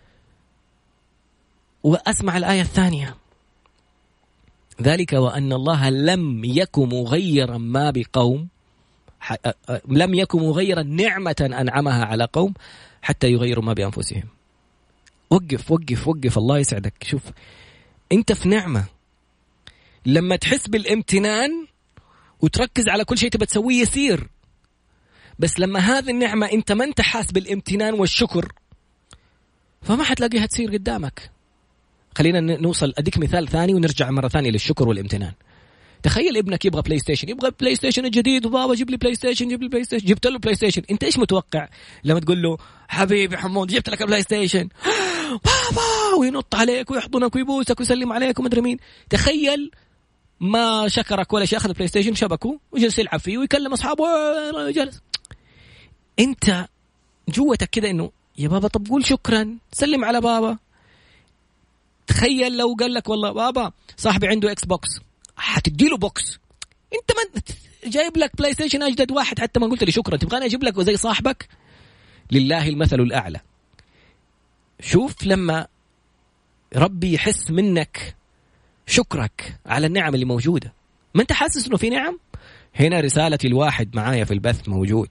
A: وأسمع الآية الثانية، ذلك وأن الله لم يكن مغيرا ما بقوم، لم يكن مغيرا نعمة أنعمها على قوم حتى يغيروا ما بأنفسهم. وقف وقف وقف، الله يسعدك. شوف أنت في نعمة، لما تحس بالامتنان وتركز على كل شيء تبى تسويه يسير، بس لما هذه النعمة أنت ما أنت حاس بالامتنان والشكر فما حتلاقيها تصير قدامك. خلينا نوصل، أديك مثال ثاني ونرجع مرة ثانية للشكر والامتنان. تخيل ابنك يبغى بلاي ستيشن، يبغى بلاي ستيشن الجديد، وبابا جيب لي بلاي ستيشن، جيب لي بلاي ستيشن. جبت له بلاي ستيشن، انت ايش متوقع لما تقول له حبيبي حمود جبت لك بلاي ستيشن؟ بابا، وينط عليك ويحضنك ويبوسك ويسلم عليك ومدري مين. تخيل ما شكرك ولا شيء، اخذ بلاي ستيشن شبكه وجلس يلعب فيه ويكلم اصحابه جلس. انت جوتك كده انه يا بابا طب قول شكرا، سلم على بابا. تخيل لو قال لك والله بابا صاحبي عنده اكس بوكس، حتديله بوكس. انت ما جايب لك بلاي ستيشن اجدد واحد، حتى ما قلت لي شكرا، تبغاني اجيب لك زي صاحبك؟ لله المثل الاعلى. شوف لما ربي يحس منك شكرك على النعم اللي موجودة، ما انت حاسس انه في نعم. هنا رسالة الواحد معايا في البث موجود،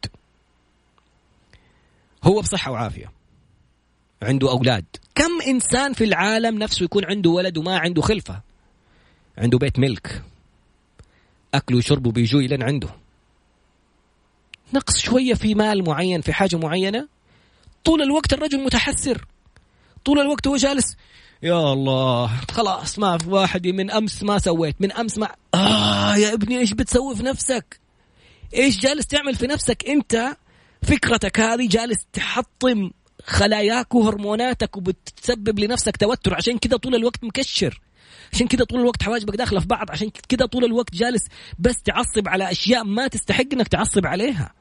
A: هو بصحة وعافية، عنده أولاد. كم إنسان في العالم نفسه يكون عنده ولد وما عنده خلفة، عنده بيت ملك، أكله وشربه بيجوا لين عنده، نقص شوية في مال معين في حاجة معينة، طول الوقت الرجل متحسر، طول الوقت هو جالس يا الله خلاص ما في واحد، من أمس ما سويت، من أمس ما يا ابني إيش بتسوي في نفسك؟ إيش جالس تعمل في نفسك؟ أنت فكرتك هذه جالس تحطم خلاياك وهرموناتك وبتسبب لنفسك توتر، عشان كده طول الوقت مكشر، عشان كده طول الوقت حواجبك داخلة في بعض، عشان كده طول الوقت جالس بس تعصب على أشياء ما تستحق أنك تعصب عليها.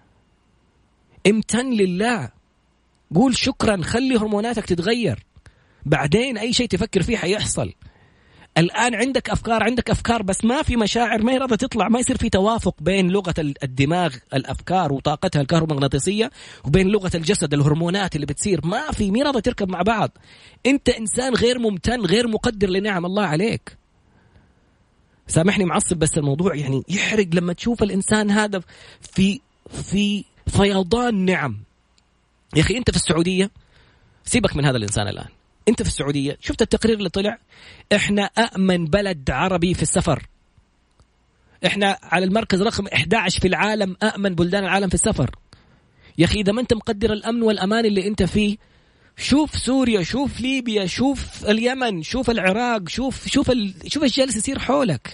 A: امتن لله، قول شكرا، خلي هرموناتك تتغير، بعدين أي شيء تفكر فيه حيحصل. الآن عندك أفكار بس ما في مشاعر، ما يرضى تطلع، ما يصير في توافق بين لغة الدماغ الأفكار وطاقتها الكهرومغناطيسية وبين لغة الجسد الهرمونات اللي بتصير، ما يرضى تركب مع بعض. أنت إنسان غير ممتن، غير مقدر لنعم الله عليك. سامحني معصب بس الموضوع يعني يحرق لما تشوف الإنسان هذا في فيضان نعم. يا أخي أنت في السعودية، سيبك من هذا الإنسان الآن، أنت في السعودية شفت التقرير اللي طلع؟ إحنا أأمن بلد عربي في السفر، إحنا على المركز رقم 11 في العالم، أأمن بلدان العالم في السفر. يا أخي إذا ما أنت مقدر الأمن والأمان اللي أنت فيه، شوف سوريا، شوف ليبيا، شوف اليمن، شوف العراق، شوف إيش جالس يصير حولك.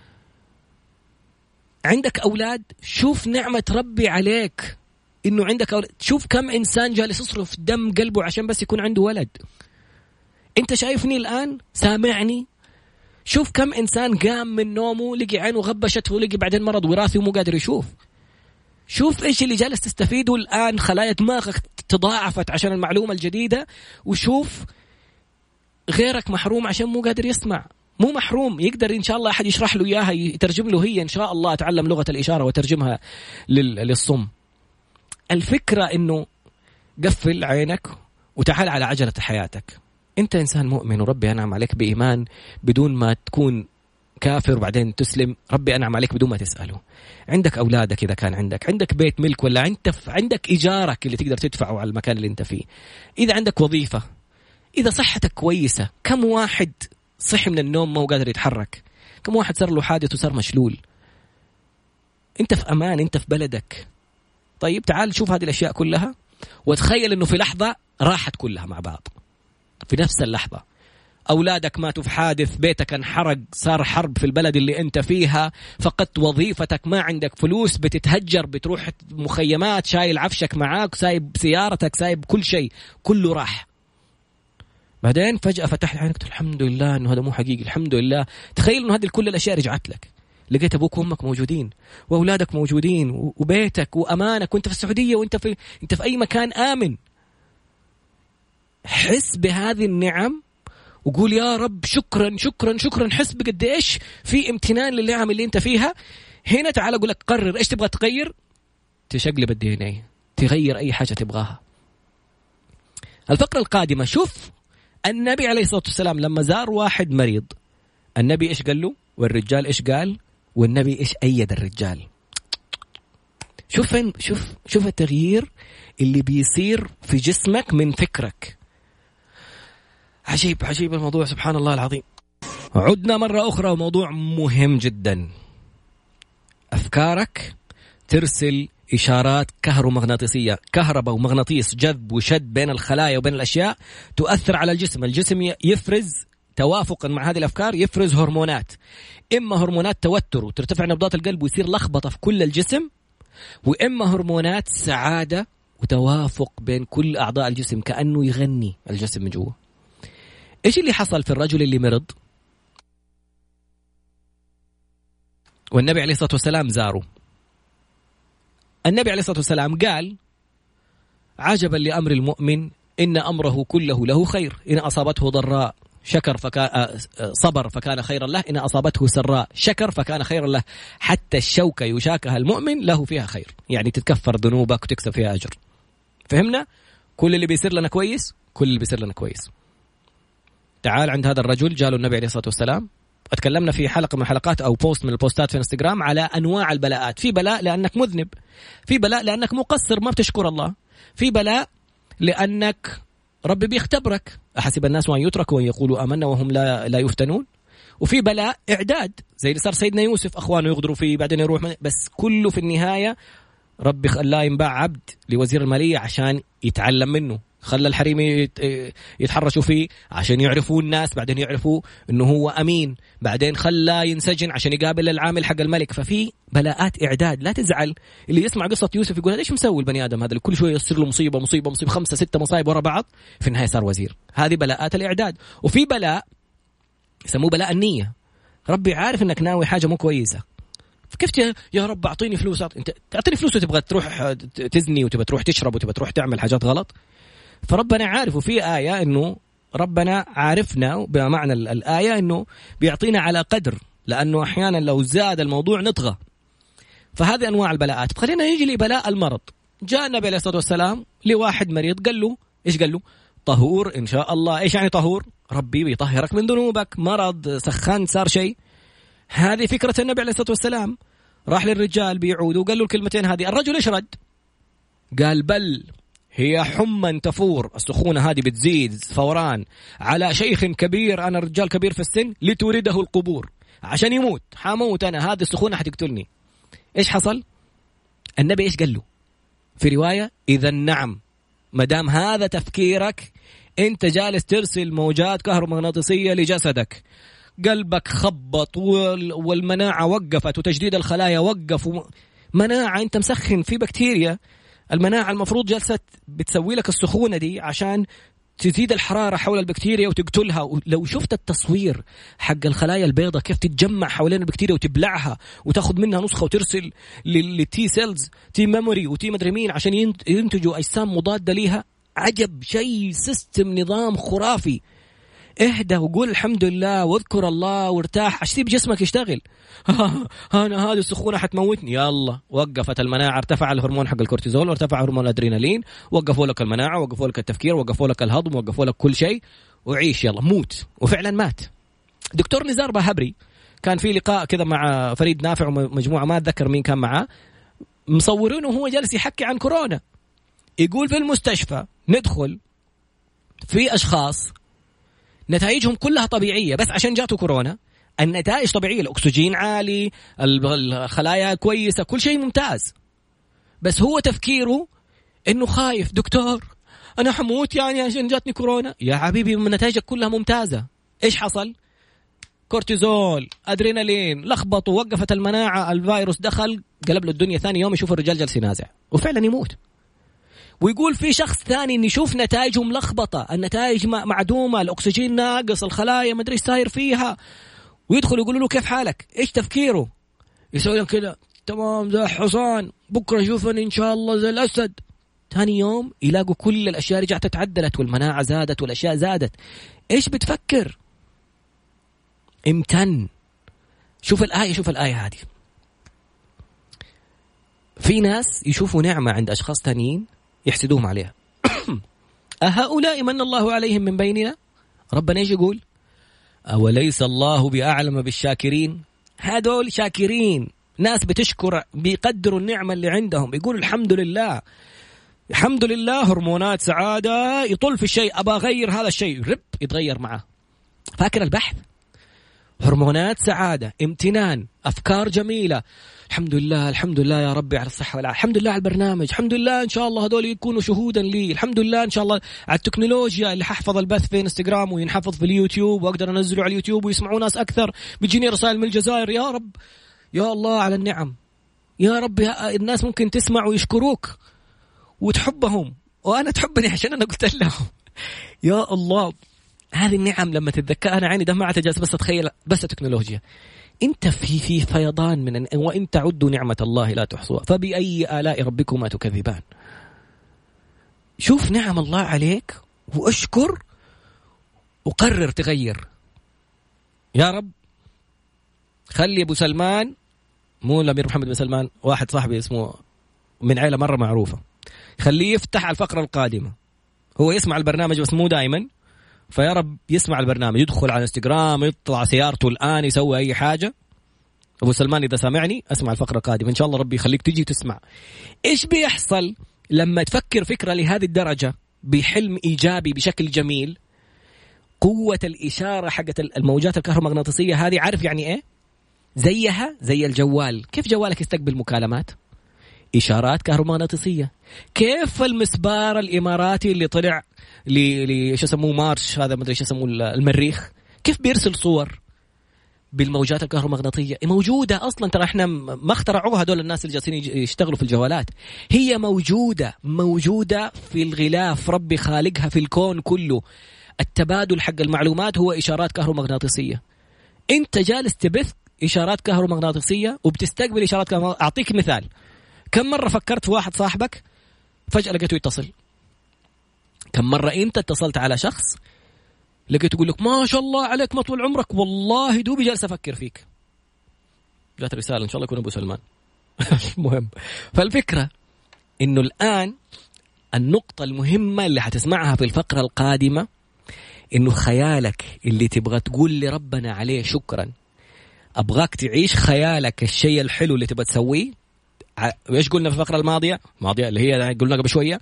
A: عندك أولاد، شوف نعمة ربي عليك إنه عندك أولاد. شوف كم إنسان جالس يصرف دم قلبه عشان بس يكون عنده ولد. أنت شايفني الآن، سامعني، شوف كم إنسان قام من نومه لقي عينه غبشته ولقي بعدين مرض وراثي ومو قادر يشوف. شوف إيش اللي جالس تستفيده الآن، خلايا دماغك تضاعفت عشان المعلومة الجديدة، وشوف غيرك محروم عشان مو قادر يسمع. مو محروم، يقدر إن شاء الله أحد يشرح له إياها، يترجم له هي إن شاء الله، أتعلم لغة الإشارة وترجمها للصم. الفكرة إنه قفل عينك وتعال على عجلة حياتك. أنت إنسان مؤمن وربي أنعم عليك بإيمان بدون ما تكون كافر وبعدين تسلم، ربي أنعم عليك بدون ما تسأله. عندك أولادك، إذا كان عندك بيت ملك، ولا عندك إيجارك اللي تقدر تدفعه على المكان اللي أنت فيه، إذا عندك وظيفة، إذا صحتك كويسة. كم واحد صحي من النوم ما هو قادر يتحرك؟ كم واحد صار له حادث وصار مشلول؟ أنت في أمان، أنت في بلدك. طيب تعال شوف هذه الأشياء كلها وتخيل أنه في لحظة راحت كلها مع بعض، في نفس اللحظة أولادك ماتوا في حادث، بيتك انحرق، صار حرب في البلد اللي أنت فيها، فقدت وظيفتك، ما عندك فلوس، بتتهجر، بتروح مخيمات، شايل عفشك معاك، سايب سيارتك، سايب كل شيء، كله راح. بعدين فجأة فتحت عينك، الحمد لله إنه هذا مو حقيقي، الحمد لله. تخيل إنه هذه كل الأشياء رجعت لك، لقيت أبوك وأمك موجودين وأولادك موجودين وبيتك وأمانك، وأنت في السعودية وأنت في أي مكان آمن. حس بهذه النعم وقول يا رب شكرا شكرا شكرا. حس بقد إيش في امتنان للنعم اللي أنت فيها. هنا تعال أقول لك، قرر إيش تبغى تغير، تشقلب الدي، تغير أي حاجة تبغاها. الفقرة القادمة، شوف النبي عليه الصلاة والسلام لما زار واحد مريض، النبي إيش قال له، والرجال إيش قال، والنبي إيش أيد الرجال. شوف التغيير اللي بيصير في جسمك من فكرك. عجيب الموضوع، سبحان الله العظيم. عدنا مرة أخرى، وموضوع مهم جدا. أفكارك ترسل إشارات كهرومغناطيسية، كهرباء ومغناطيس، جذب وشد بين الخلايا وبين الأشياء، تؤثر على الجسم يفرز توافقا مع هذه الأفكار، يفرز هرمونات، إما هرمونات توتر وترتفع نبضات القلب ويصير لخبطة في كل الجسم، وإما هرمونات سعادة وتوافق بين كل أعضاء الجسم، كأنه يغني الجسم من جوا. إيش اللي حصل في الرجل اللي مرض والنبي عليه الصلاة والسلام زاره؟ النبي عليه الصلاة والسلام قال: عجبا لأمر المؤمن إن أمره كله له خير، إن أصابته ضراء شكر صبر فكان خيرا له، إن أصابته سراء شكر فكان خيرا له، حتى الشوكة يشاكها المؤمن له فيها خير، يعني تتكفر ذنوبك وتكسب فيها أجر. فهمنا؟ كل اللي بيصير لنا كويس، كل اللي بيصير لنا كويس. تعال عند هذا الرجل، جاله النبي عليه الصلاة والسلام. اتكلمنا في حلقة من الحلقات أو بوست من البوستات في انستغرام على أنواع البلاءات. في بلاء لأنك مذنب، في بلاء لأنك مقصر ما بتشكر الله، في بلاء لأنك ربي بيختبرك، أحسب الناس وأن يتركوا وأن يقولوا آمنا وهم لا يفتنون. وفي بلاء إعداد زي اللي صار سيدنا يوسف، أخوانه يغدروا فيه بعدين يروح، بس كله في النهاية ربي خلاه ينباع عبد لوزير المالية عشان يتعلم منه، خلى الحريم يتحرشوا فيه عشان يعرفوا الناس، بعدين يعرفوا انه هو امين، بعدين خلى ينسجن عشان يقابل العامل حق الملك. ففي بلاءات اعداد. لا تزعل اللي يسمع قصة يوسف يقول ايش مسوي البني ادم هذا اللي كل شويه يصير له مصيبه مصيبه مصيبه، 5 6 مصايب ورا بعض، في النهايه صار وزير. هذه بلاءات الاعداد. وفي بلاء يسموه بلاء النية، ربي عارف انك ناوي حاجه مو كويسه، كيف يا رب اعطيني فلوس، انت تعطيني فلوس وتبغى تروح تزني وتبغى تروح تشرب وتبغى تروح تعمل حاجات غلط. فربنا عارف. وفي آية إنه ربنا عارفنا بمعنى الآية إنه بيعطينا على قدر، لأنه أحيانا لو زاد الموضوع نطغى. فهذه أنواع البلاءات. خلينا يجي لي بلاء المرض. جاء النبي عليه الصلاة والسلام لواحد مريض، قال له إيش؟ قال له طهور إن شاء الله. إيش يعني طهور؟ ربي بيطهرك من ذنوبك، مرض سخن صار شيء. هذه فكرة النبي عليه الصلاة والسلام. راح للرجال بيعود وقال له الكلمتين هذه. الرجل إيش رد؟ قال بل هي حمى تفور، السخونة هذه بتزيد فوران على شيخ كبير، أنا رجال كبير في السن، لتورده القبور، عشان يموت، حموت أنا، هذه السخونة حتقتلني. إيش حصل؟ النبي إيش قال له في رواية؟ إذا نعم، مدام هذا تفكيرك، أنت جالس ترسل موجات كهرومغناطيسية لجسدك، قلبك خبط والمناعة وقفت وتجديد الخلايا وقف، مناعة أنت مسخن في بكتيريا، المناعة المفروض جلسة بتسوي لك السخونة دي عشان تزيد الحرارة حول البكتيريا وتقتلها. لو شفت التصوير حق الخلايا البيضاء كيف تتجمع حوالين البكتيريا وتبلعها وتاخذ منها نسخة وترسل للتي سيلز، تي ميموري وتي مدري مين، عشان ينتجوا أجسام مضادة ليها. عجب شيء، سيستم، نظام خرافي. اهدى وقول الحمد لله واذكر الله وارتاح، عشان جسمك يشتغل. أنا هذه السخونة حتموتني، يلا وقفت المناعة، ارتفع الهرمون حق الكورتيزول وارتفع هرمون الأدرينالين، وقفوا لك المناعة، وقفوا لك التفكير، وقفوا لك الهضم، وقفوا لك كل شيء، وعيش يلا موت. وفعلا مات. دكتور نزار بهبري كان في لقاء كذا مع فريد نافع ومجموعة ما أتذكر مين كان معاه، مصورينه وهو جالس يحكي عن كورونا. يقول في المستشفى ندخل في أشخاص نتائجهم كلها طبيعية، بس عشان جاته كورونا النتائج طبيعية، الأكسجين عالي، الخلايا كويسة، كل شيء ممتاز، بس هو تفكيره إنه خايف. دكتور أنا حموت يعني عشان جاتني كورونا. يا حبيبي نتائجك كلها ممتازة. إيش حصل؟ كورتيزول، أدرينالين، لخبطوا، وقفت المناعة، الفيروس دخل قلب له الدنيا. ثاني يوم يشوف الرجال جالس ينازع وفعلا يموت. ويقول في شخص ثاني نشوف نتائجه ملخبطة، النتائج معدومة، الأكسجين ناقص، الخلايا ما أدري إيش صاير فيها، ويدخل يقولوا له كيف حالك؟ إيش تفكيره؟ يسوي لهم كذا تمام زي الحصان، بكرة شوفني إن شاء الله زي الأسد. ثاني يوم يلاقوا كل الأشياء رجعت تعدلت والمناعة زادت والأشياء زادت. إيش بتفكر؟ امتن. شوف الآية هذه. في ناس يشوفوا نعمة عند أشخاص تانيين يحسدوهم عليها. أهؤلاء من الله عليهم من بيننا؟ ربنا ايش يقول؟ أوليس الله بأعلم بالشاكرين؟ هذول شاكرين، ناس بتشكر، بيقدروا النعمة اللي عندهم، بيقولوا الحمد لله الحمد لله. هرمونات سعادة، يطل في الشيء، أبا أغير هذا الشيء، رب يتغير معه. فاكر البحث؟ هرمونات سعادة، امتنان، أفكار جميلة، الحمد لله الحمد لله يا ربي على الصحة والعافية، الحمد لله على البرنامج، الحمد لله إن شاء الله هذول يكونوا شهودا لي، الحمد لله إن شاء الله على التكنولوجيا اللي ححفظ البث في انستغرام وينحفظ في اليوتيوب وأقدر أنزله على اليوتيوب ويسمعوا ناس أكثر. بيجيني رسائل من الجزائر، يا رب يا الله على النعم، يا رب الناس ممكن تسمع ويشكروك وتحبهم وأنا تحبني عشان أنا قلت لهم. يا الله هذه النعم لما تتذكر. أنا عيني دمعت جالس بس أتخيل بس التكنولوجيا. أنت في فيضان من وإن تعدوا نعمة الله لا تحصوها فبأي آلاء ربكما تكذبان. شوف نعم الله عليك وأشكر وقرر تغير. يا رب خلي أبو سلمان، مو الأمير محمد بن سلمان، واحد صاحبي اسمه من عائلة مرة معروفة، خليه يفتح الفقرة القادمة. هو يسمع البرنامج بس مو دائما، فيا رب يسمع البرنامج، يدخل على انستغرام، يطلع سيارته الآن، يسوي أي حاجة. أبو سلمان إذا سامعني أسمع الفقرة القادمة إن شاء الله، ربي يخليك تجي تسمع. إيش بيحصل لما تفكر فكرة لهذه الدرجة بحلم إيجابي بشكل جميل؟ قوة الإشارة حقت الموجات الكهرومغناطيسية هذه، عارف يعني إيه؟ زيها زي الجوال. كيف جوالك يستقبل مكالمات؟ إشارات كهرومغناطيسية. كيف المسبار الإماراتي اللي طلع ايش يسموه مارش، هذا ما ادري ايش يسموه المريخ، كيف بيرسل صور؟ بالموجات الكهرومغناطيسية موجودة أصلا. ترى احنا ما اخترعوها هذول الناس اللي جالسين يشتغلوا في الجوالات، هي موجودة في الغلاف، ربي خالقها في الكون كله. التبادل حق المعلومات هو إشارات كهرومغناطيسية. انت جالس تبث إشارات كهرومغناطيسية وبتستقبل إشارات كهرومغناطيسية. أعطيك مثال، كم مرة فكرت في واحد صاحبك فجأة لقيته يتصل؟ كم مرة انت اتصلت على شخص لقيته يقول لك ما شاء الله عليك ما طول عمرك، والله دوبي جالس أفكر فيك، جات رسالة إن شاء الله يكون أبو سلمان. مهم. فالفكرة إنه الآن النقطة المهمة اللي حتسمعها في الفقرة القادمة، إنه خيالك اللي تبغى تقول لربنا عليه شكرا، أبغاك تعيش خيالك الشيء الحلو اللي تبغى تسويه. وإيش قلنا في الفقرة الماضية اللي هي قلنا قبل شوية؟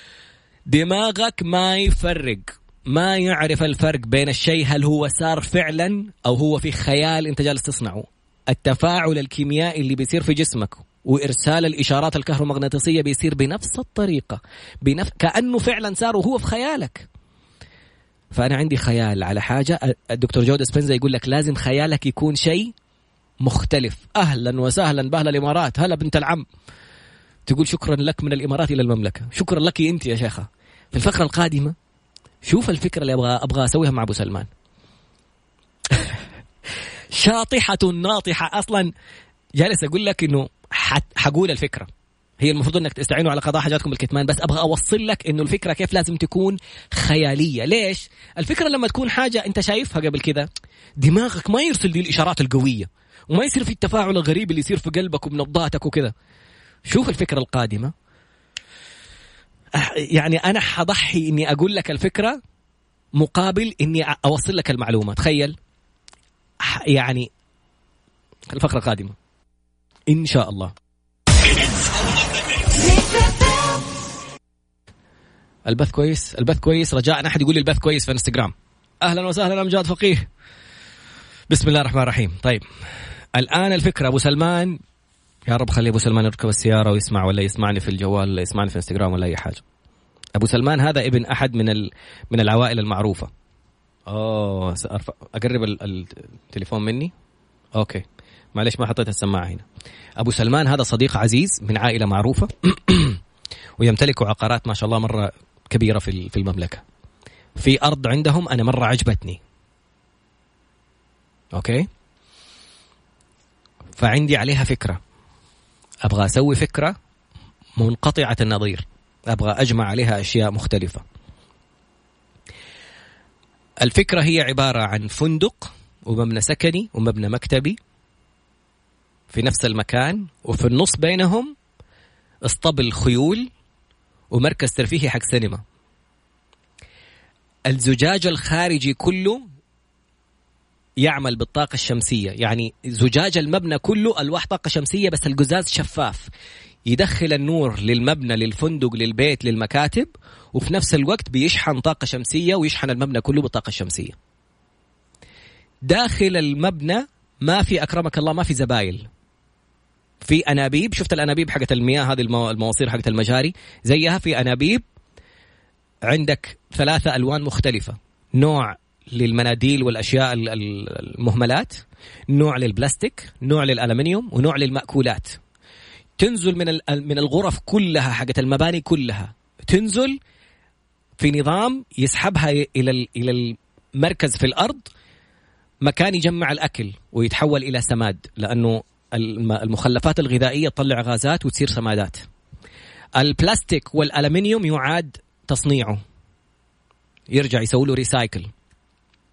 A: دماغك ما يفرق، ما يعرف الفرق بين الشيء هل هو صار فعلا أو هو في خيال أنت جالس تصنعه. التفاعل الكيميائي اللي بيصير في جسمك وإرسال الإشارات الكهرومغناطيسية بيصير بنفس الطريقة، كأنه فعلا صار وهو في خيالك. فأنا عندي خيال على حاجة، الدكتور جو ديسبنزا يقول لك لازم خيالك يكون شيء مختلف. أهلا وسهلا بأهل الإمارات، هلا بنت العم، تقول شكرا لك من الإمارات إلى المملكة، شكرا لك أنت يا شيخة. في الفقرة القادمة شوف الفكرة اللي أبغى أسويها مع أبو سلمان. شاطحة ناطحة، أصلا جالس أقول لك إنه حقول الفكرة، هي المفروض إنك تستعينوا على قضاء حاجاتكم بالكتمان، بس أبغى أوصل لك إنه الفكرة كيف لازم تكون خيالية. ليش؟ الفكرة لما تكون حاجة أنت شايفها قبل كذا، دماغك ما يرسل دي الإشارات القوية، وما يصير في التفاعل الغريب اللي يصير في قلبك وبنبضاتك وكذا. شوف الفكرة القادمة، يعني أنا حضحي إني أقول لك الفكرة مقابل إني أوصل لك المعلومة. تخيل يعني الفقرة القادمة إن شاء الله. البث كويس، البث كويس، رجاء أحد يقول لي البث كويس في انستغرام. أهلا وسهلا أمجاد فقيه. بسم الله الرحمن الرحيم. طيب الآن الفكرة، أبو سلمان، يا رب خلي أبو سلمان يركب السيارة ويسمع، ولا يسمعني في الجوال، ولا يسمعني في انستغرام، ولا أي حاجة. أبو سلمان هذا ابن أحد من العوائل المعروفة. أقرب التليفون مني. أوكي معلش ما حطيت السماعة هنا. أبو سلمان هذا صديق عزيز من عائلة معروفة ويمتلك عقارات ما شاء الله مرة كبيرة في المملكة. في أرض عندهم أنا مرة عجبتني، أوكي، فعندي عليها فكرة، أبغى أسوي فكرة منقطعة النظير، أبغى أجمع عليها أشياء مختلفة. الفكرة هي عبارة عن فندق ومبنى سكني ومبنى مكتبي في نفس المكان، وفي النص بينهم اسطبل خيول ومركز ترفيهي حق سينما. الزجاج الخارجي كله يعمل بالطاقة الشمسية، يعني زجاج المبنى كله ألواح طاقة شمسية، بس القزاز شفاف يدخل النور للمبنى، للفندق، للبيت، للمكاتب، وفي نفس الوقت بيشحن طاقة شمسية ويشحن المبنى كله بالطاقة الشمسية. داخل المبنى ما في أكرمك الله ما في زبايل، في أنابيب. شفت الأنابيب حقت المياه هذه، المواصير حقت المجاري زيها، في أنابيب عندك 3 ألوان مختلفة، نوع للمناديل والأشياء المهملات، نوع للبلاستيك، نوع للألمنيوم، ونوع للمأكولات. تنزل من الغرف كلها حقت المباني كلها، تنزل في نظام يسحبها إلى المركز في الأرض، مكان يجمع الأكل ويتحول إلى سماد، لأنه المخلفات الغذائية تطلع غازات وتصير سمادات. البلاستيك والألمنيوم يعاد تصنيعه، يرجع يسوي له ريسايكل.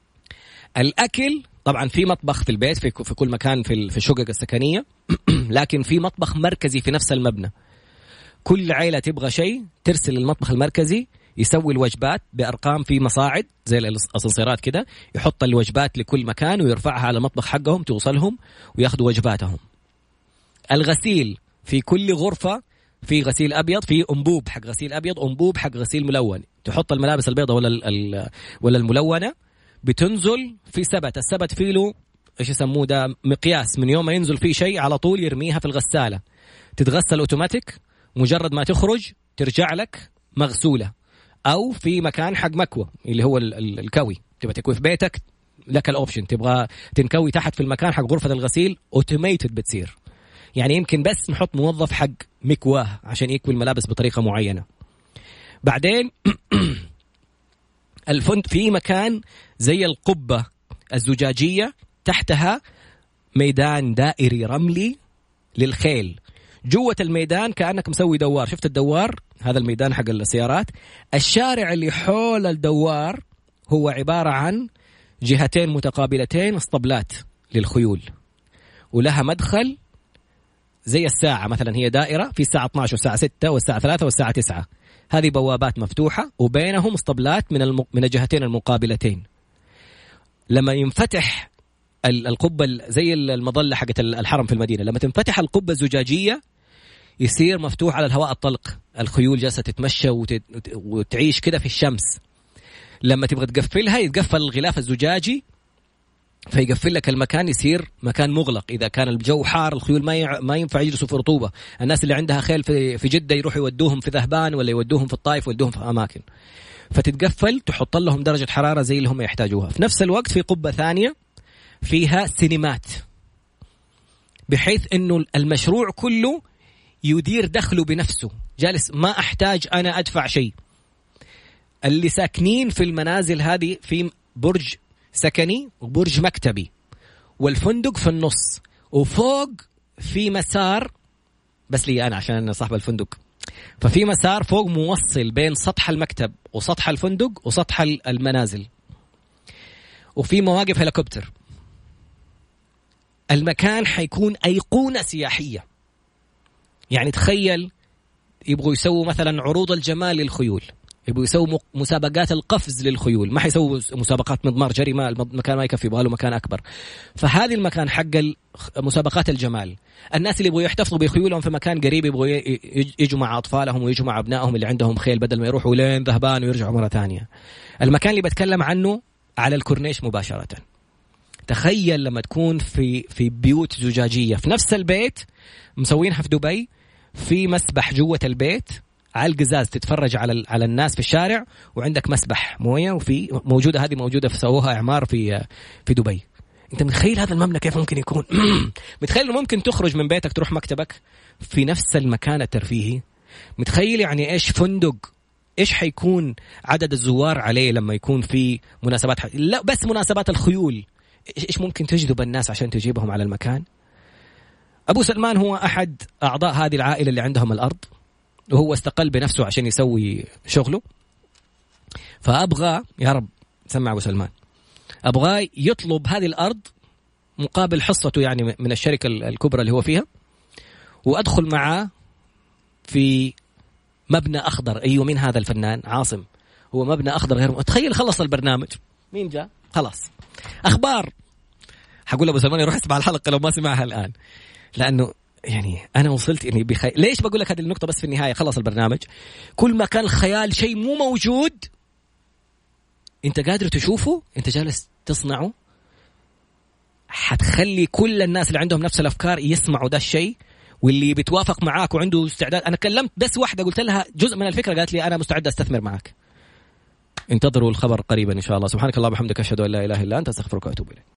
A: الأكل طبعا في مطبخ في البيت في كل مكان في الشقق السكنية لكن في مطبخ مركزي في نفس المبنى. كل عائلة تبغى شيء ترسل المطبخ المركزي يسوي الوجبات بأرقام في مصاعد زي الأسانسيرات كده، يحط الوجبات لكل مكان ويرفعها على المطبخ حقهم توصلهم وياخدوا وجباتهم. الغسيل في كل غرفة في غسيل أبيض، في أنبوب حق غسيل أبيض، أنبوب حق غسيل ملون. تحط الملابس البيضة ولا الملونة بتنزل في سبت. السبت فيه له إيش يسموه ده مقياس، من يوم ما ينزل فيه شيء على طول يرميها في الغسالة، تتغسل أوتوماتيك، مجرد ما تخرج ترجع لك مغسولة. أو في مكان حق مكوى اللي هو الكوي، تبغى تكوي في بيتك لك الأوبشن، تبغى تنكوي تحت في المكان حق غرفة الغسيل أوتوميتد بتصير. يعني يمكن بس نحط موظف حق مكواه عشان يكوي الملابس بطريقة معينة. بعدين الفند في مكان زي القبة الزجاجية تحتها ميدان دائري رملي للخيل. جوة الميدان كأنك مسوي دوار، شفت الدوار هذا الميدان حق السيارات، الشارع اللي حول الدوار هو عبارة عن جهتين متقابلتين اسطبلات للخيول، ولها مدخل زي الساعة مثلا، هي دائرة في الساعة 12 والساعة 6 والساعة 3 والساعة 9، هذه بوابات مفتوحة وبينهم اسطبلات من الجهتين المقابلتين. لما ينفتح القبة زي المظلة حقت الحرم في المدينة، لما تنفتح القبة الزجاجية يصير مفتوح على الهواء الطلق، الخيول جالسة تتمشى وتعيش كده في الشمس. لما تبغى تقفلها يتقفل الغلاف الزجاجي فيقفل لك المكان، يصير مكان مغلق. إذا كان الجو حار الخيول ما ينفع يجلسوا في رطوبة. الناس اللي عندها خيل في جدة يروحوا يودوهم في ذهبان ولا يودوهم في الطائف ويودوهم في أماكن، فتتقفل تحط لهم درجة حرارة زي اللي هم يحتاجوها. في نفس الوقت في قبة ثانية فيها سينمات، بحيث إنه المشروع كله يدير دخله بنفسه، جالس ما أحتاج أنا أدفع شيء. اللي ساكنين في المنازل هذه في برج سكني وبرج مكتبي، والفندق في النص، وفوق في مسار بس لي أنا عشان أنا صاحب الفندق، ففي مسار فوق موصل بين سطح المكتب وسطح الفندق وسطح المنازل، وفي مواقف هليكوبتر. المكان حيكون أيقونة سياحية. يعني تخيل يبغوا يسووا مثلا عروض الجمال للخيول، يبغوا يسووا مسابقات القفز للخيول، ما حيسووا مسابقات مضمار جري، ما المكان ما يكفي، يبغى له مكان أكبر. فهذه المكان حق مسابقات الجمال، الناس اللي يبغوا يحتفظوا بخيولهم في مكان قريب يبغوا يجوا مع أطفالهم ويجوا مع أبنائهم اللي عندهم خيل بدل ما يروحوا لين ذهبان ويرجعوا مرة ثانية. المكان اللي بتكلم عنه على الكورنيش مباشرة. تخيل لما تكون في بيوت زجاجية في نفس البيت، مسوينها في دبي، في مسبح جوة البيت على القزاز تتفرج على الناس في الشارع، وعندك مسبح موية، وفي هذه موجودة سووها إعمار في دبي. أنت متخيل هذا المبنى كيف ممكن يكون؟ متخيل إنه ممكن تخرج من بيتك تروح مكتبك في نفس المكان الترفيهي؟ متخيل يعني إيش فندق، إيش حيكون عدد الزوار عليه لما يكون في مناسبات لا بس مناسبات الخيول، إيش ممكن تجذب الناس عشان تجيبهم على المكان؟ أبو سلمان هو أحد أعضاء هذه العائلة اللي عندهم الأرض، وهو استقل بنفسه عشان يسوي شغله. فأبغى يا رب سمع أبو سلمان، أبغى يطلب هذه الأرض مقابل حصته يعني من الشركة الكبرى اللي هو فيها، وأدخل معه في مبنى أخضر. أيوة، من هذا الفنان عاصم، هو مبنى أخضر غير تخيل. خلص البرنامج، مين جاء؟ خلاص أخبار. حقول أبو سلمان يروح يسمع الحلقة لو ما سمعها الآن، لأنه يعني أنا وصلت إني ليش بقول لك هذه النقطة بس في النهاية؟ خلص البرنامج، كل ما كان الخيال شيء مو موجود أنت قادر تشوفه، أنت جالس تصنعه، حتخلي كل الناس اللي عندهم نفس الأفكار يسمعوا ده الشيء، واللي بتوافق معاك وعنده استعداد. أنا كلمت بس واحدة قلت لها جزء من الفكرة، قالت لي أنا مستعد أستثمر معك. انتظروا الخبر قريبا إن شاء الله. سبحانك اللهم وبحمدك، أشهد أن لا إله إلا أنت، أستغفرك وأتوب إليك.